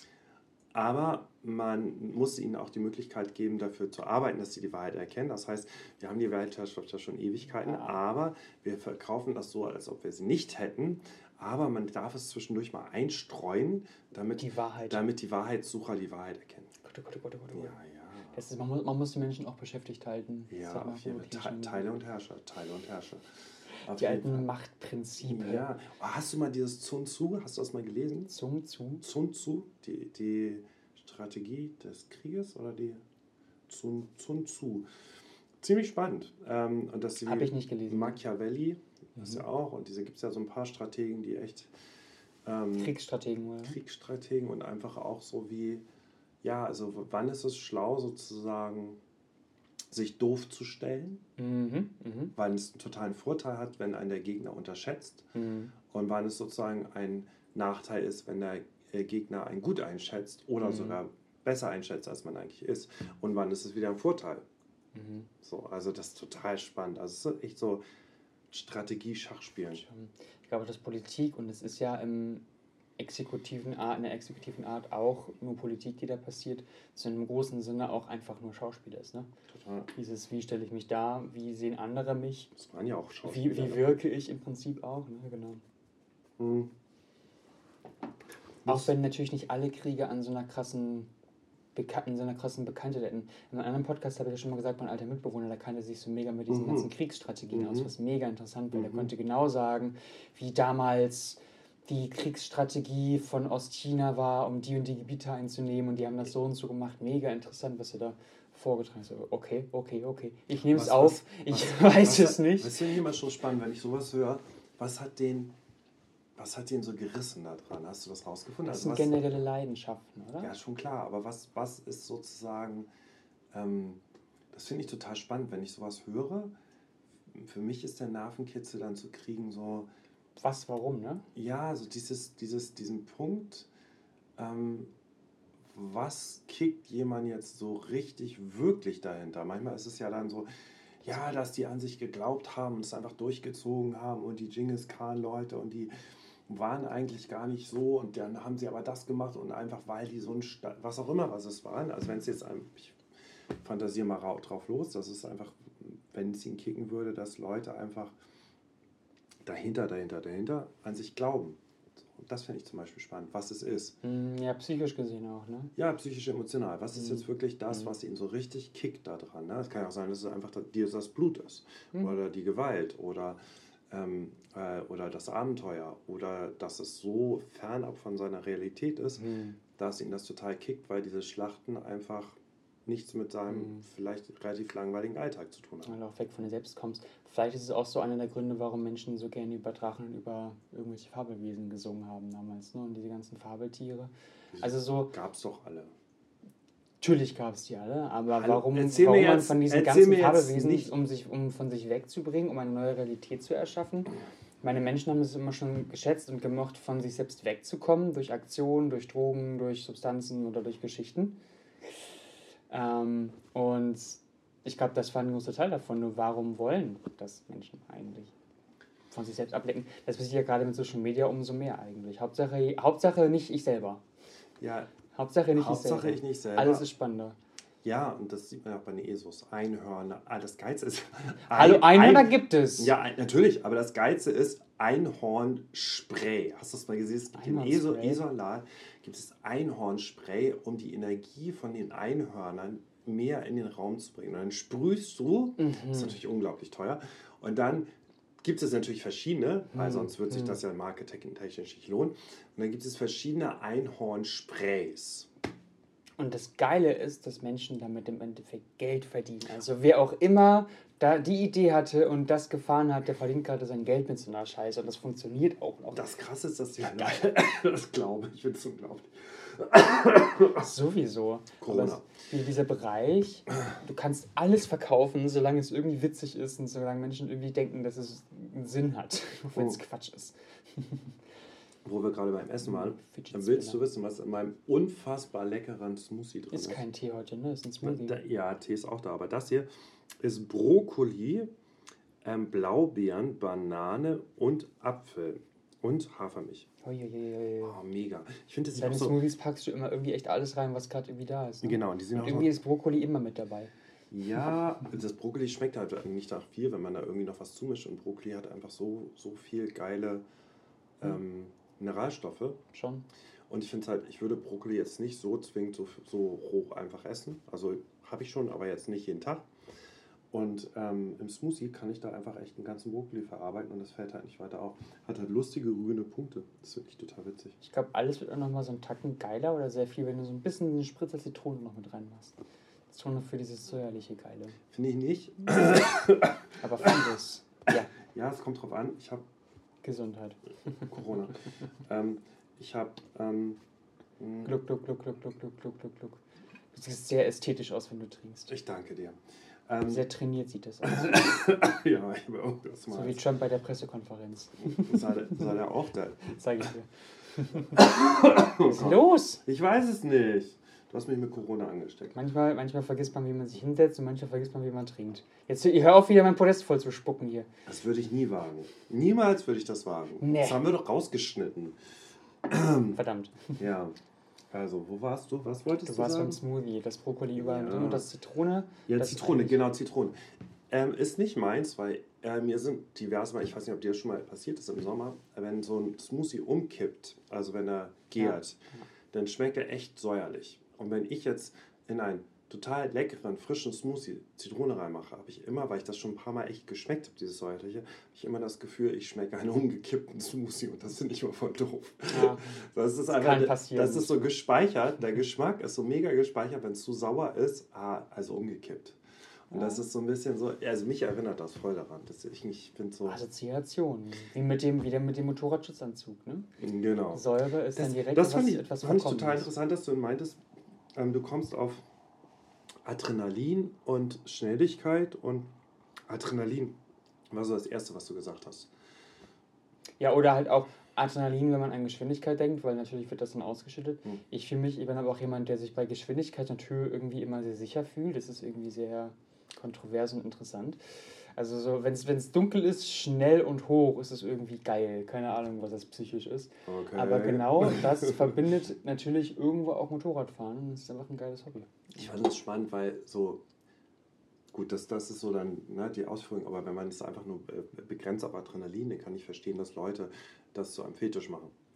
aber man muss ihnen auch die Möglichkeit geben, dafür zu arbeiten, dass sie die Wahrheit erkennen. Das heißt, wir haben die Weltherrschaft ja schon Ewigkeiten, Ja. aber wir verkaufen das so, als ob wir sie nicht hätten. Aber man darf es zwischendurch mal einstreuen, damit Die Wahrheit. damit die Wahrheitssucher die Wahrheit erkennen. Gott, oh Gott, oh Gott, oh Gott, oh Ja, Gott. ja. Das ist, man, muss, man muss die Menschen auch beschäftigt halten. Das Ja, hat man auf jeden wirklich Fall. schon- Te- Teile und Herrscher, Teile und Herrscher. Auf Die jeden alten Fall. Machtprinzipien. Ja. Oh, hast du mal dieses Sun Tzu, hast du das mal gelesen? Zum zu. Sun Tzu, die, die Strategie des Krieges oder die Sun, Sun Tzu. Ziemlich spannend. Ähm, und das Hab ich nicht gelesen. Machiavelli, das Mhm. ja auch. Und diese gibt es ja so ein paar Strategen, die echt ähm, Kriegsstrategen, oder? Kriegsstrategen und einfach auch so wie, ja, also w- wann ist es schlau sozusagen, sich doof zu stellen, Mhm, mhm, weil es einen totalen Vorteil hat, wenn einen der Gegner unterschätzt mhm. und wann es sozusagen ein Nachteil ist, wenn der äh, Gegner einen gut einschätzt oder Mhm. sogar besser einschätzt, als man eigentlich ist und wann ist es wieder ein Vorteil. Mhm. So, also das ist total spannend. Also es ist echt so Strategie-Schachspielen. Ich glaube, dass Politik, und es ist ja im exekutiven Art, in der exekutiven Art auch nur Politik, die da passiert, zu einem großen Sinne auch einfach nur Schauspiel ist. Ne? Total. Dieses, wie stelle ich mich dar, wie sehen andere mich, Das waren ja auch wie, Schauspieler. wie wirke ich im Prinzip auch. Ne? Genau. Hm. Auch wenn natürlich nicht alle Kriege an so einer krassen Beka- in so einer krassen Bekanntheit hätten. In einem anderen Podcast habe ich ja schon mal gesagt, mein alter Mitbewohner, der kannte sich so mega mit diesen Mhm. ganzen Kriegsstrategien Mhm. aus, was mega interessant war. Der Mhm. konnte genau sagen, wie damals die Kriegsstrategie von Ostchina war, um die und die Gebiete einzunehmen, und die haben das so und so gemacht. Mega interessant, was er da vorgetragen hat. So, okay, okay, okay. Ich nehme es Was- auf. was- Ich was- weiß was es hat- nicht. Das ist ja immer schon spannend, wenn ich sowas höre. Was hat den, was hat den so gerissen da dran? Hast du das rausgefunden? Das Also sind was, generelle Leidenschaften, oder? ja, schon klar, aber was, was ist sozusagen, ähm, das finde ich total spannend, wenn ich sowas höre. Für mich ist der Nervenkitzel dann zu kriegen so, Was, warum, ne? ja, so dieses, dieses, diesen Punkt, ähm, was kickt jemand jetzt so richtig wirklich dahinter? Manchmal ist es ja dann so, ja, dass die an sich geglaubt haben und es einfach durchgezogen haben und die Genghis Khan-Leute und die waren eigentlich gar nicht so und dann haben sie aber das gemacht und einfach weil die so ein, Sta- was auch immer, was es waren, also wenn es jetzt, ein, ich fantasiere mal rau- drauf los, das ist einfach, wenn es ihn kicken würde, dass Leute einfach dahinter, dahinter, dahinter an sich glauben. Und das finde ich zum Beispiel spannend, was es ist. Mm, Ja, psychisch gesehen auch, ne? Ja, psychisch emotional. Was ist Mhm. jetzt wirklich das, Mhm. was ihn so richtig kickt da dran? Ne? Es kann ja auch sein, dass es einfach das, dir das Blut ist. Mhm. Oder die Gewalt. Oder, ähm, äh, oder das Abenteuer. Oder dass es so fernab von seiner Realität ist, Mhm. dass ihn das total kickt, weil diese Schlachten einfach nichts mit seinem Mhm. vielleicht relativ langweiligen Alltag zu tun haben. Weil du auch weg von dir selbst kommst. Vielleicht ist es auch so einer der Gründe, warum Menschen so gerne über Drachen und über irgendwelche Fabelwesen gesungen haben damals, ne? Und diese ganzen Fabeltiere. Also so, Gab es doch alle. natürlich gab es die alle, aber Hallo, warum, erzähl mir warum man jetzt- von diesen erzähl ganzen mir jetzt Fabelwesen, nicht- um sich um von sich wegzubringen, um eine neue Realität zu erschaffen? Meine Menschen haben es immer schon geschätzt und gemocht, von sich selbst wegzukommen, durch Aktionen, durch Drogen, durch Substanzen oder durch Geschichten. Ähm, und ich glaube, das war ein großer Teil davon. Nur warum wollen das Menschen eigentlich von sich selbst ablenken? Das passiert ja gerade mit Social Media umso mehr eigentlich. Hauptsache, Hauptsache nicht ich selber. Ja, Hauptsache nicht Hauptsache ich selber. ich nicht selber. Alles ist spannender. ja, und das sieht man ja auch bei den Esos. Einhörner. Ah, das Geilste ist... Hallo, ein- Einhörner ein- gibt es. Ja, ein- natürlich, aber das Geilste ist Einhornspray. Hast du das mal gesehen? Es gibt im ESO, Einhornspray? Isolat gibt es Einhornspray, um die Energie von den Einhörnern mehr in den Raum zu bringen. Und dann sprühst du, Mhm. das ist natürlich unglaublich teuer, und dann gibt es natürlich verschiedene, weil Mhm. sonst wird sich Mhm. das ja marketingtechnisch nicht lohnen. Und dann gibt es verschiedene Einhornsprays. Und das Geile ist, dass Menschen damit im Endeffekt Geld verdienen. Also wer auch immer da die Idee hatte und das gefahren hat, der verdient gerade sein Geld mit so einer Scheiße. Und das funktioniert auch noch. Das Krasse ist, dass die Leute das glauben. Ich finde es unglaublich. Sowieso. Corona. Aber es- Wie dieser Bereich, du kannst alles verkaufen, solange es irgendwie witzig ist und solange Menschen irgendwie denken, dass es einen Sinn hat, auch wenn es Oh. Quatsch ist. Wo wir gerade beim Essen waren, Fidget dann willst Spinner. du wissen, was in meinem unfassbar leckeren Smoothie drin ist. Ist kein Tee heute, ne? Ist ein Smoothie. Da, ja, Tee ist auch da, aber das hier ist Brokkoli, ähm, Blaubeeren, Banane und Apfel und Hafermilch. Uiuiui. Oh, mega. Ich finde, das In sieht auch deine so... Smoothies packst du immer irgendwie echt alles rein, was gerade irgendwie da ist. Ne? Genau, und die sind Und auch irgendwie noch, ist Brokkoli immer mit dabei. ja, das Brokkoli schmeckt halt nicht nach viel, wenn man da irgendwie noch was zumischt. Und Brokkoli hat einfach so, so viel geile ähm, Mineralstoffe. Schon. Und ich finde halt, ich würde Brokkoli jetzt nicht so zwingend so, so hoch einfach essen. Also habe ich schon, aber jetzt nicht jeden Tag. Und ähm, im Smoothie kann ich da einfach echt einen ganzen Brokkoli verarbeiten und das fällt halt nicht weiter auf. Hat halt lustige grüne Punkte. Das ist wirklich total witzig. Ich glaube, alles wird auch nochmal so einen Tacken geiler oder sehr viel, wenn du so ein bisschen einen Spritzer Zitrone noch mit reinmachst. Zitrone für dieses säuerliche Geile. Finde ich nicht. Aber vieles. Ja, Ja, es kommt drauf an. Ich habe Gesundheit. Corona. ähm, ich habe... Ähm, mh, Gluck, gluck, gluck, gluck, gluck, gluck, gluck, gluck, gluck. Du siehst sehr ästhetisch aus, wenn du trinkst. ich danke dir. Ähm, Sehr trainiert sieht das aus. ja, ich habe auch das So wie mal. Trump bei der Pressekonferenz. Sah der, sah der auch da? Sag ich dir. Was ist los? Ich weiß es nicht. Du hast mich mit Corona angesteckt. Manchmal, manchmal vergisst man, wie man sich hinsetzt und manchmal vergisst man, wie man trinkt. Jetzt hör auf, wieder mein Podest voll zu spucken hier. Das würde ich nie wagen. Niemals würde ich das wagen. Nee. Das haben wir doch rausgeschnitten. Verdammt. Ja. Also, wo warst du? Was wolltest Du du, warst beim sagen? Smoothie, das Brokkoli überall Ja. drin und das Zitrone. Ja, das Zitrone, eigentlich- genau, Zitrone. Ähm, ist nicht meins, weil äh, mir sind diverse Mal, ich weiß nicht, ob dir das schon mal passiert ist im Sommer, wenn so ein Smoothie umkippt, also wenn er gärt, dann schmeckt er echt säuerlich. Und wenn ich jetzt in einen total leckeren, frischen Smoothie Zitrone reinmache, habe ich immer, weil ich das schon ein paar Mal echt geschmeckt habe, dieses säuerliche, habe ich immer das Gefühl, ich schmecke einen umgekippten Smoothie und das finde ich immer voll doof. Ja. Das ist Das einfach, kann passieren. das ist so gespeichert, der Geschmack ist so mega gespeichert, wenn es zu sauer ist, ah, also umgekippt. Und Ja. das ist so ein bisschen so, also mich erinnert das voll daran. Das, ich ich finde so, Assoziation. Wie mit dem, wieder mit dem Motorradschutzanzug, ne? genau. Säure ist Das, dann direkt das etwas, fand ich, etwas fand ich total Verkommenes. interessant, dass du meintest, ähm, du kommst auf Adrenalin und Schnelligkeit und Adrenalin war so das Erste, was du gesagt hast. Ja, oder halt auch Adrenalin, wenn man an Geschwindigkeit denkt, weil natürlich wird das dann ausgeschüttet. Hm. Ich fühle mich, ich bin aber auch jemand, der sich bei Geschwindigkeit und Höhe irgendwie immer sehr sicher fühlt. Das ist irgendwie sehr kontrovers und interessant. Also so, wenn es dunkel ist, schnell und hoch, ist es irgendwie geil. Keine Ahnung, was das psychisch ist. Okay. Aber genau das verbindet natürlich irgendwo auch Motorradfahren und es ist einfach ein geiles Hobby. Ich fand das spannend, weil so, gut, das, das ist so dann ne, die Ausführung, aber wenn man es einfach nur äh, begrenzt auf Adrenalin, dann kann ich verstehen, dass Leute das so am Fetisch machen.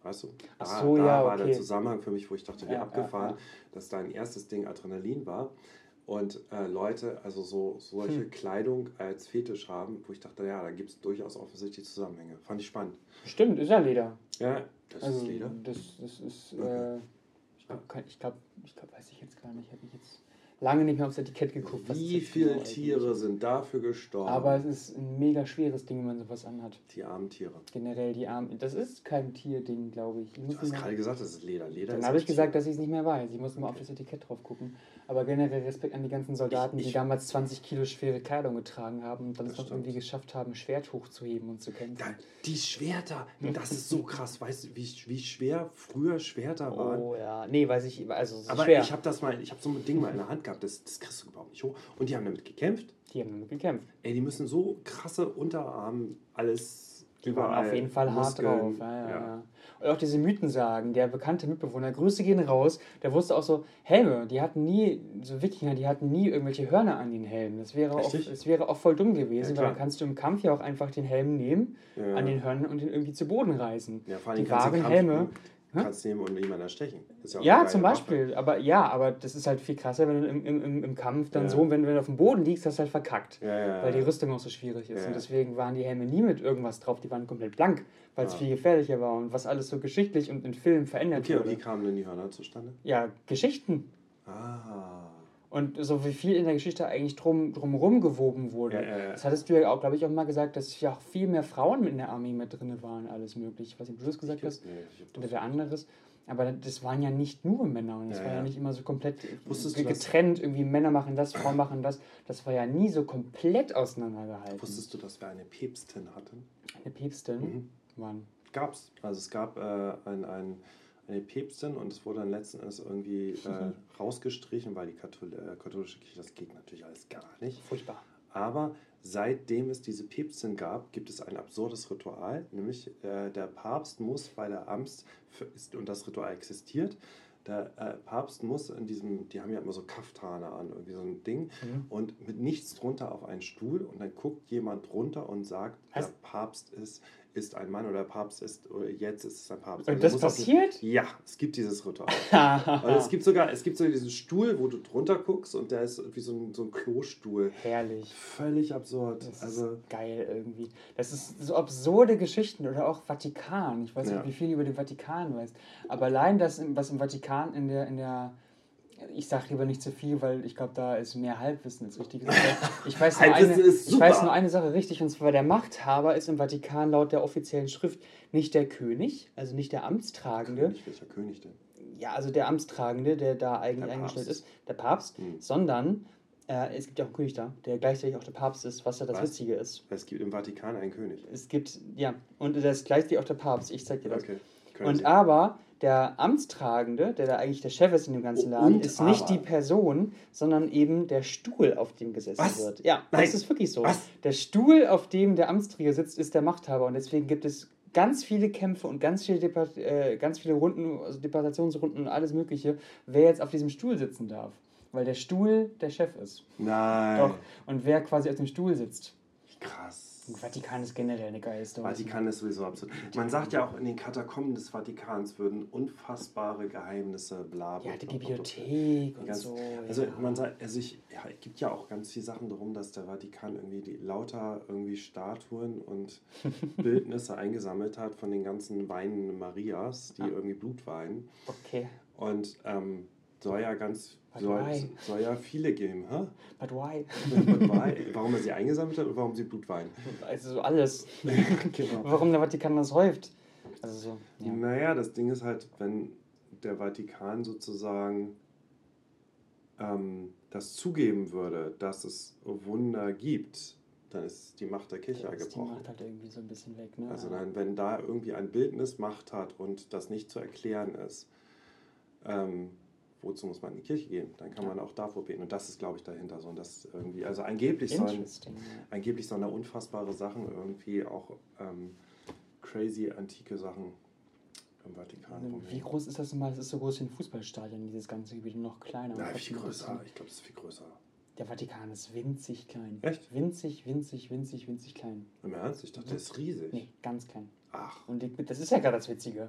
Weißt du? Ach Da, so, da ja, war der okay. Zusammenhang für mich, wo ich dachte, wie Ja, ja, abgefahren, ja. dass dein erstes Ding Adrenalin war. Und äh, Leute, also so solche Hm. Kleidung als Fetisch haben, wo ich dachte, ja, da gibt es durchaus offensichtlich Zusammenhänge. Fand ich spannend. Stimmt, ist ja Leder. Ja, das Also, ist Leder. Das, das ist, Okay. äh, ich glaube, ich glaub, ich glaub, weiß ich jetzt gar nicht, habe ich jetzt lange nicht mehr aufs Etikett geguckt. was Wie das viele genau eigentlich Tiere ist. sind dafür gestorben? Aber es ist ein mega schweres Ding, wenn man sowas anhat. Die armen Tiere. Generell die Arme. Das ist kein Tierding, glaube ich. ich Du muss hast mal- gerade gesagt, das ist Leder. Leder Dann ist habe ich ein gesagt, Tier. dass ich es nicht mehr weiß. Ich muss mal auf das Etikett drauf gucken. Aber generell Respekt an die ganzen Soldaten, Ich- ich- die damals zwanzig Kilo schwere Kleidung getragen haben und dann Das es noch stimmt. irgendwie geschafft haben, ein Schwert hochzuheben und zu kämpfen. Ja, die Schwerter, das ist so krass. Weißt du, wie, wie schwer früher Schwerter waren? Oh ja, nee, weiß ich, also es ist Aber schwer. ich habe das mal, ich habe so ein Ding mal in der Hand gehabt, das, das kriegst du überhaupt nicht hoch. Und die haben damit gekämpft. Die haben damit gekämpft. Ey, die müssen so krasse Unterarm, alles Die waren auf jeden Fall hart drauf. Ja, ja, ja. Und auch diese Mythensagen, der bekannte Mitbewohner, Grüße gehen raus, der wusste auch so, Helme, die hatten nie, so Wikinger, die hatten nie irgendwelche Hörner an den Helmen. Das wäre, auch, Richtig? das wäre auch voll dumm gewesen, Ja, weil klar. dann kannst du im Kampf ja auch einfach den Helm nehmen, Ja. an den Hörnern und den irgendwie zu Boden reißen. Ja, vor allem die kannst du wahren Kampf- Helme. Kannst nehmen und jemanden erstechen. Ist auch eine Ja, geile zum Waffe. Beispiel. Aber ja, aber das ist halt viel krasser, wenn du im, im, im, im Kampf dann Ja. so, wenn, wenn du auf dem Boden liegst, hast du halt verkackt. Ja, ja, Weil die ja. Rüstung auch so schwierig ist. Ja. Und deswegen waren die Helme nie mit irgendwas drauf, die waren komplett blank, weil es Ah. viel gefährlicher war und was alles so geschichtlich und in Filmen verändert Okay, und wurde. wie kamen denn die Hörner zustande? Ja, Geschichten. Ah. Und so wie viel in der Geschichte eigentlich drum drumherum gewoben wurde. Ja, ja, ja. Das hattest du ja auch, glaube ich, auch mal gesagt, dass ja auch viel mehr Frauen in der Armee mit drin waren, alles möglich. Ich weiß nicht, ob du das gesagt hast. Nee, ich hab Oder das- wer anderes. Aber das waren ja nicht nur Männer und das Ja, war ja ja. nicht immer so komplett Wusstest du, dass- getrennt, irgendwie Männer machen das, Frauen machen das. Das war ja nie so komplett auseinandergehalten. Wusstest du, dass wir eine Päpstin hatten? Eine Päpstin? Mhm. Wann? Gab's. Also es gab äh, ein, ein, eine Päpstin und es wurde dann letzten Endes irgendwie äh, rausgestrichen, weil die Kathol äh, katholische Kirche, das geht natürlich alles gar nicht. Furchtbar. Aber seitdem es diese Päpstin gab, gibt es ein absurdes Ritual, nämlich äh, der Papst muss bei der Amts, und das Ritual existiert, der äh, Papst muss in diesem, die haben ja immer so Kaftane an, irgendwie so ein Ding, Mhm. und mit nichts drunter auf einen Stuhl und dann guckt jemand drunter und sagt, Was? der Papst ist, ist ein Mann oder der Papst ist, oder jetzt ist es ein Papst. Und Also das muss auf- passiert? Ja, es gibt dieses Ritual. Und es gibt sogar, es gibt sogar diesen Stuhl, wo du drunter guckst und der ist wie so ein, so ein Klostuhl. Herrlich. Völlig absurd. Das Also, ist geil irgendwie. Das ist so absurde Geschichten oder auch Vatikan. Ich weiß nicht, Ja. wie viel du über den Vatikan weißt. Aber allein das, im- was im Vatikan in der, in der ich sage lieber nicht zu viel, weil ich glaube, da ist mehr Halbwissen als Richtiges. Ich weiß, nur Halbwissen eine, ist ich weiß super. nur eine Sache richtig, und zwar der Machthaber ist im Vatikan laut der offiziellen Schrift nicht der König, also nicht der Amtstragende. König, welcher König denn? Ja, also der Amtstragende, der da eigentlich Der eingestellt Papst. ist, der Papst, Hm. sondern äh, es gibt ja auch einen König da, der gleichzeitig auch der Papst ist, was ja das Was? Witzige ist. Es gibt im Vatikan einen König. Es gibt, ja, und der ist gleichzeitig auch der Papst, ich zeig dir das. Okay. Können Und Sie- aber der Amtstragende, der da eigentlich der Chef ist in dem ganzen Laden, Und ist nicht aber- die Person, sondern eben der Stuhl, auf dem gesessen Was? wird. Ja, Nein. das ist wirklich so. Was? Der Stuhl, auf dem der Amtsträger sitzt, ist der Machthaber und deswegen gibt es ganz viele Kämpfe und ganz viele, Debat äh, ganz viele Runden, also Departationsrunden und alles Mögliche, wer jetzt auf diesem Stuhl sitzen darf. Weil der Stuhl der Chef ist. Nein. Doch. Und wer quasi auf dem Stuhl sitzt. Krass. Und Vatikan ist generell eine geile Story. Vatikan ist sowieso absurd. Man sagt ja auch, in den Katakomben des Vatikans würden unfassbare Geheimnisse, bla bla. Ja, die bla, bla, bla. Bibliothek und Ganz, so. also ja. man sagt, also ich, ja, es gibt ja auch ganz viele Sachen darum, dass der Vatikan irgendwie die, lauter irgendwie Statuen und Bildnisse eingesammelt hat von den ganzen Weinen Marias, die Ah. irgendwie Blut weinen. Okay. Und ähm, soll ja ganz, But soll, why? soll ja viele geben, hä? But why? Und why? Warum er sie eingesammelt hat und warum sie Blut weinen. Also so alles. Genau. Warum der Vatikan das häuft. Also so, ja. Naja, das Ding ist halt, wenn der Vatikan sozusagen ähm, das zugeben würde, dass es Wunder gibt, dann ist die Macht der Kirche Das, die gebrochen. macht halt irgendwie so ein bisschen weg, ne? Also nein, wenn da irgendwie ein Bildnis Macht hat und das nicht zu erklären ist, ähm, wozu muss man in die Kirche gehen? Dann kann man auch davor beten. Und das ist, glaube ich, dahinter so. Und das irgendwie, also angeblich sollen, Interesting. Ja. angeblich sollen da unfassbare Sachen irgendwie auch ähm, crazy antike Sachen im Vatikan Wie rumliegen. groß ist das nochmal? Das ist so groß wie ein Fußballstadion, dieses ganze Gebiet, noch kleiner. Nein, Und viel trotzdem größer. bisschen- Ich glaube, das ist viel größer. Der Vatikan ist winzig klein. Echt? Winzig, winzig, winzig, winzig klein. Im Ernst? Ich dachte, der ist riesig. Nee, ganz klein. Ach, Und die, das ist ja gerade das Witzige.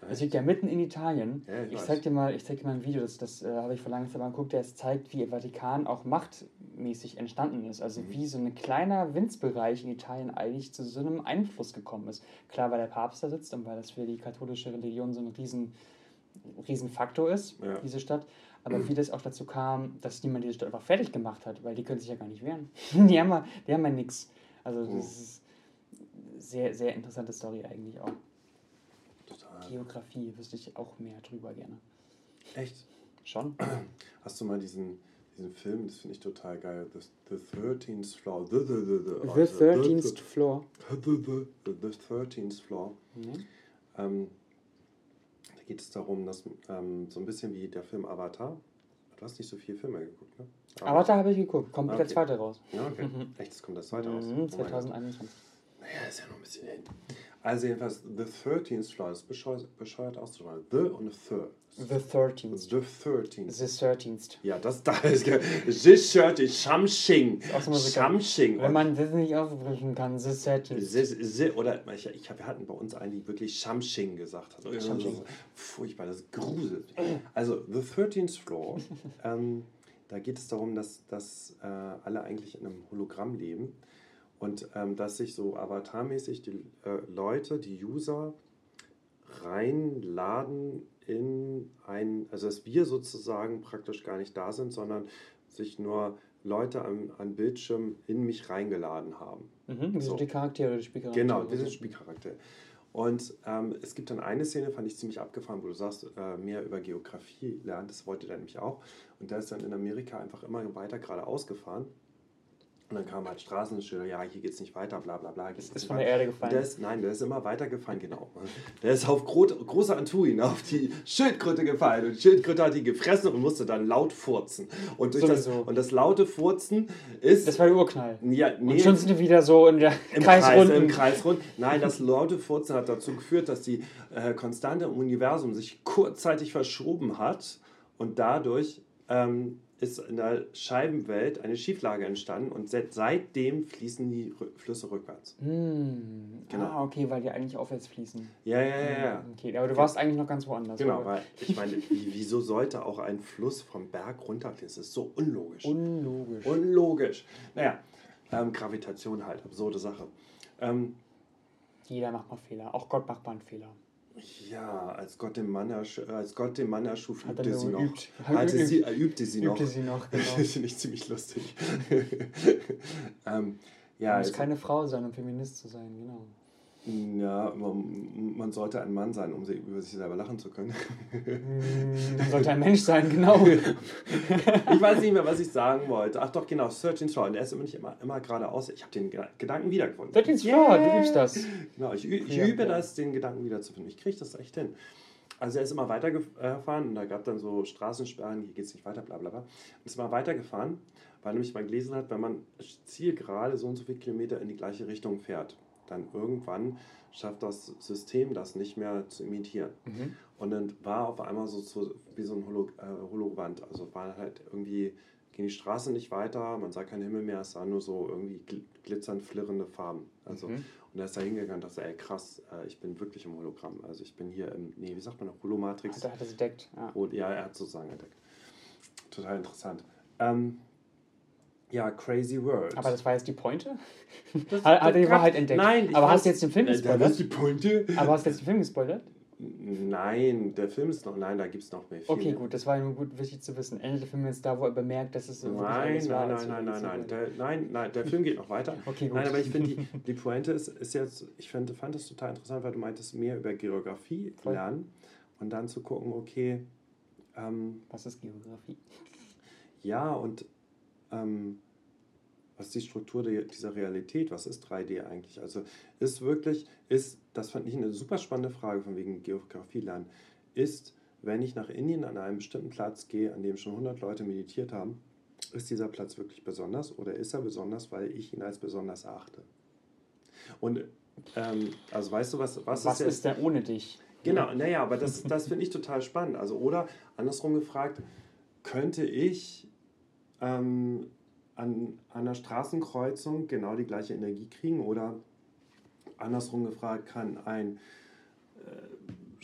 Das liegt ja mitten in Italien. Ja, ich ich weiß. zeig dir mal, ich zeig dir mal ein Video, das, das äh, habe ich vor langer Zeit mal geguckt, das zeigt, wie der Vatikan auch machtmäßig entstanden ist. Also Mhm. wie so ein kleiner Winzbereich in Italien eigentlich zu so einem Einfluss gekommen ist. Klar, weil der Papst da sitzt und weil das für die katholische Religion so ein riesen, riesen Faktor ist, Ja. diese Stadt. Aber wie das auch dazu kam, dass niemand diese Stadt einfach fertig gemacht hat, weil die können sich ja gar nicht wehren. die haben ja, die haben ja nichts. Also das Mhm. ist sehr, sehr interessante Story eigentlich auch. Total. Geografie wüsste ich auch mehr drüber gerne. Echt? Schon? Hast du mal diesen, diesen Film, das finde ich total geil, The, the thirteenth Floor. The, the, the, the, The also, thirteenth Floor. The, the, the, the thirteenth Floor. Mhm. Ähm, da geht es darum, dass ähm, so ein bisschen wie der Film Avatar. Du hast nicht so viele Filme geguckt, ne? Avatar habe ich geguckt, kommt Okay. der zweite raus. Ja, okay. Echt, es kommt das zweite raus. Mhm, Oh mein Gott. zwanzig einundzwanzig. Naja, ist ja noch ein bisschen hin. Also jedenfalls, The thirteenth Floor ist bescheuert, bescheuert auszusprechen. The und The. The thirteenth. The thirteenth. The thirteenth. Ja, das da ist The thirteenth. Shamshing. auch so Musiker. Shamshing. Wenn man das nicht aussprechen kann, The thirteenth. Sie- sie- Oder ich, ich hab, wir hatten bei uns einen, die wirklich Shamshing gesagt hat. Shamshing. Furchtbar, das gruselt. Also, The thirteenth Floor, ähm, da geht es darum, dass, dass äh, alle eigentlich in einem Hologramm leben und ähm, dass sich so avatarmäßig die äh, Leute, die User, reinladen in ein, also dass wir sozusagen praktisch gar nicht da sind, sondern sich nur Leute an, an Bildschirm in mich reingeladen haben. Mhm, wie So. sind die Charaktere, die Spielcharaktere? Genau, wir sind Spielcharaktere. Und ähm, es gibt dann eine Szene, fand ich ziemlich abgefahren, wo du sagst, äh, mehr über Geografie lernen, das wollte der nämlich auch. Und der ist dann in Amerika einfach immer weiter geradeaus gefahren. Und dann kamen halt Straßenschilder, ja, hier geht's nicht weiter, bla bla bla. geht's Ist nicht von weiter. der Erde Und gefallen. der ist, nein, der ist immer weiter gefallen, genau. Der ist auf gro große Antuin, auf die Schildkröte gefallen. Und die Schildkröte hat ihn gefressen und musste dann laut furzen. Und, durch das, Sowieso. und das laute Furzen ist... Das war der Urknall. ja, Und schon sind wir wieder so in der im Kreis, Kreisrunden. im Kreisrund. Nein, das laute Furzen hat dazu geführt, dass die äh, Konstante im Universum sich kurzzeitig verschoben hat und dadurch ähm, ist in der Scheibenwelt eine Schieflage entstanden und seit, seitdem fließen die Rü Flüsse rückwärts. Hm. Genau. Ah, okay, weil die eigentlich aufwärts fließen. Ja, ja, ja, ja. Okay, aber du warst eigentlich noch ganz woanders. Genau, oder? weil ich meine, wie, wieso sollte auch ein Fluss vom Berg runterfließen? Das ist so unlogisch. Unlogisch. Unlogisch. Naja, ähm, Gravitation halt, absurde Sache. Ähm, Jeder macht mal Fehler. Auch Gott macht mal einen Fehler. Ja, als Gott den Mann, ersch als Gott den Mann erschuf, Hat er übte nur sie noch. geübt. Hatte Übt- sie, äh, übte sie noch. Übte sie noch, genau. Das finde ich ziemlich lustig. ähm, ja, Man muss also, keine Frau sein, um Feminist zu sein, genau. ja man, man sollte ein Mann sein, um sie, über sich selber lachen zu können. Hm, Man sollte ein Mensch sein, genau. Ich weiß nicht mehr, was ich sagen wollte. Ach doch, genau, thirteenth Floor. Und der ist immer nicht immer, immer geradeaus. Ich habe den Ge- Gedanken wiedergefunden. thirteenth Floor, du übst das. Genau, ich, ü- ich Ja, übe ja. das, den Gedanken wiederzufinden. Ich kriege das echt hin. Also er ist immer weitergefahren und da gab dann so Straßensperren, hier geht es nicht weiter, bla bla bla. Und ist immer weitergefahren, weil er nämlich mal gelesen hat, wenn man zielgerade so und so viele Kilometer in die gleiche Richtung fährt, dann irgendwann schafft das System das nicht mehr zu imitieren. Mhm. Und dann war auf einmal so, so wie so ein Holo, äh, Holowand. Also war halt irgendwie, ging die Straße nicht weiter, man sah keinen Himmel mehr, es sah nur so irgendwie gl glitzernd flirrende Farben. Also, Mhm. Und er ist da hingegangen und dachte, ey krass, äh, ich bin wirklich im Hologramm. Also ich bin hier im, nee, wie sagt man, Holomatrix. Hat er hat es entdeckt. Ja. Und ja, er hat sozusagen entdeckt. Total interessant. Ähm, ja, Crazy World. Aber das war jetzt die Pointe? Das- Hat, hat er die das- Wahrheit entdeckt? Nein, ich Aber weiß- hast du jetzt den Film Äh, da ist die gespoilert? Pointe. Aber hast du jetzt den Film gespoilert? Nein, der Film ist noch, nein, da gibt es noch mehr. viel Okay, mehr. gut, das war nur gut wichtig zu wissen. Endet der Film jetzt da, wo er bemerkt, dass es so wirklich Nein, alles war, nein, als nein, wir nein, nein, jetzt nein. nicht Der, nein, nein, der Film geht noch weiter. Okay, gut. Nein, aber ich finde, die, die Pointe ist, ist jetzt, ich find, fand es total interessant, weil du meintest, mehr über Geografie Voll. lernen und dann zu gucken, okay, ähm, Was ist Geografie? ja, und ähm, was ist die Struktur der, dieser Realität? Was ist drei D eigentlich? Also ist wirklich, ist, das fand ich eine super spannende Frage von wegen Geografie lernen, ist, wenn ich nach Indien an einen bestimmten Platz gehe, an dem schon hundert Leute meditiert haben, ist dieser Platz wirklich besonders oder ist er besonders, weil ich ihn als besonders erachte? Und ähm, also weißt du, was, was, Was ist ist jetzt... denn ohne dich? Genau, naja, aber das, das finde ich total spannend. Also, oder andersrum gefragt, könnte ich ähm, an, an einer Straßenkreuzung genau die gleiche Energie kriegen? Oder andersrum gefragt, kann ein äh,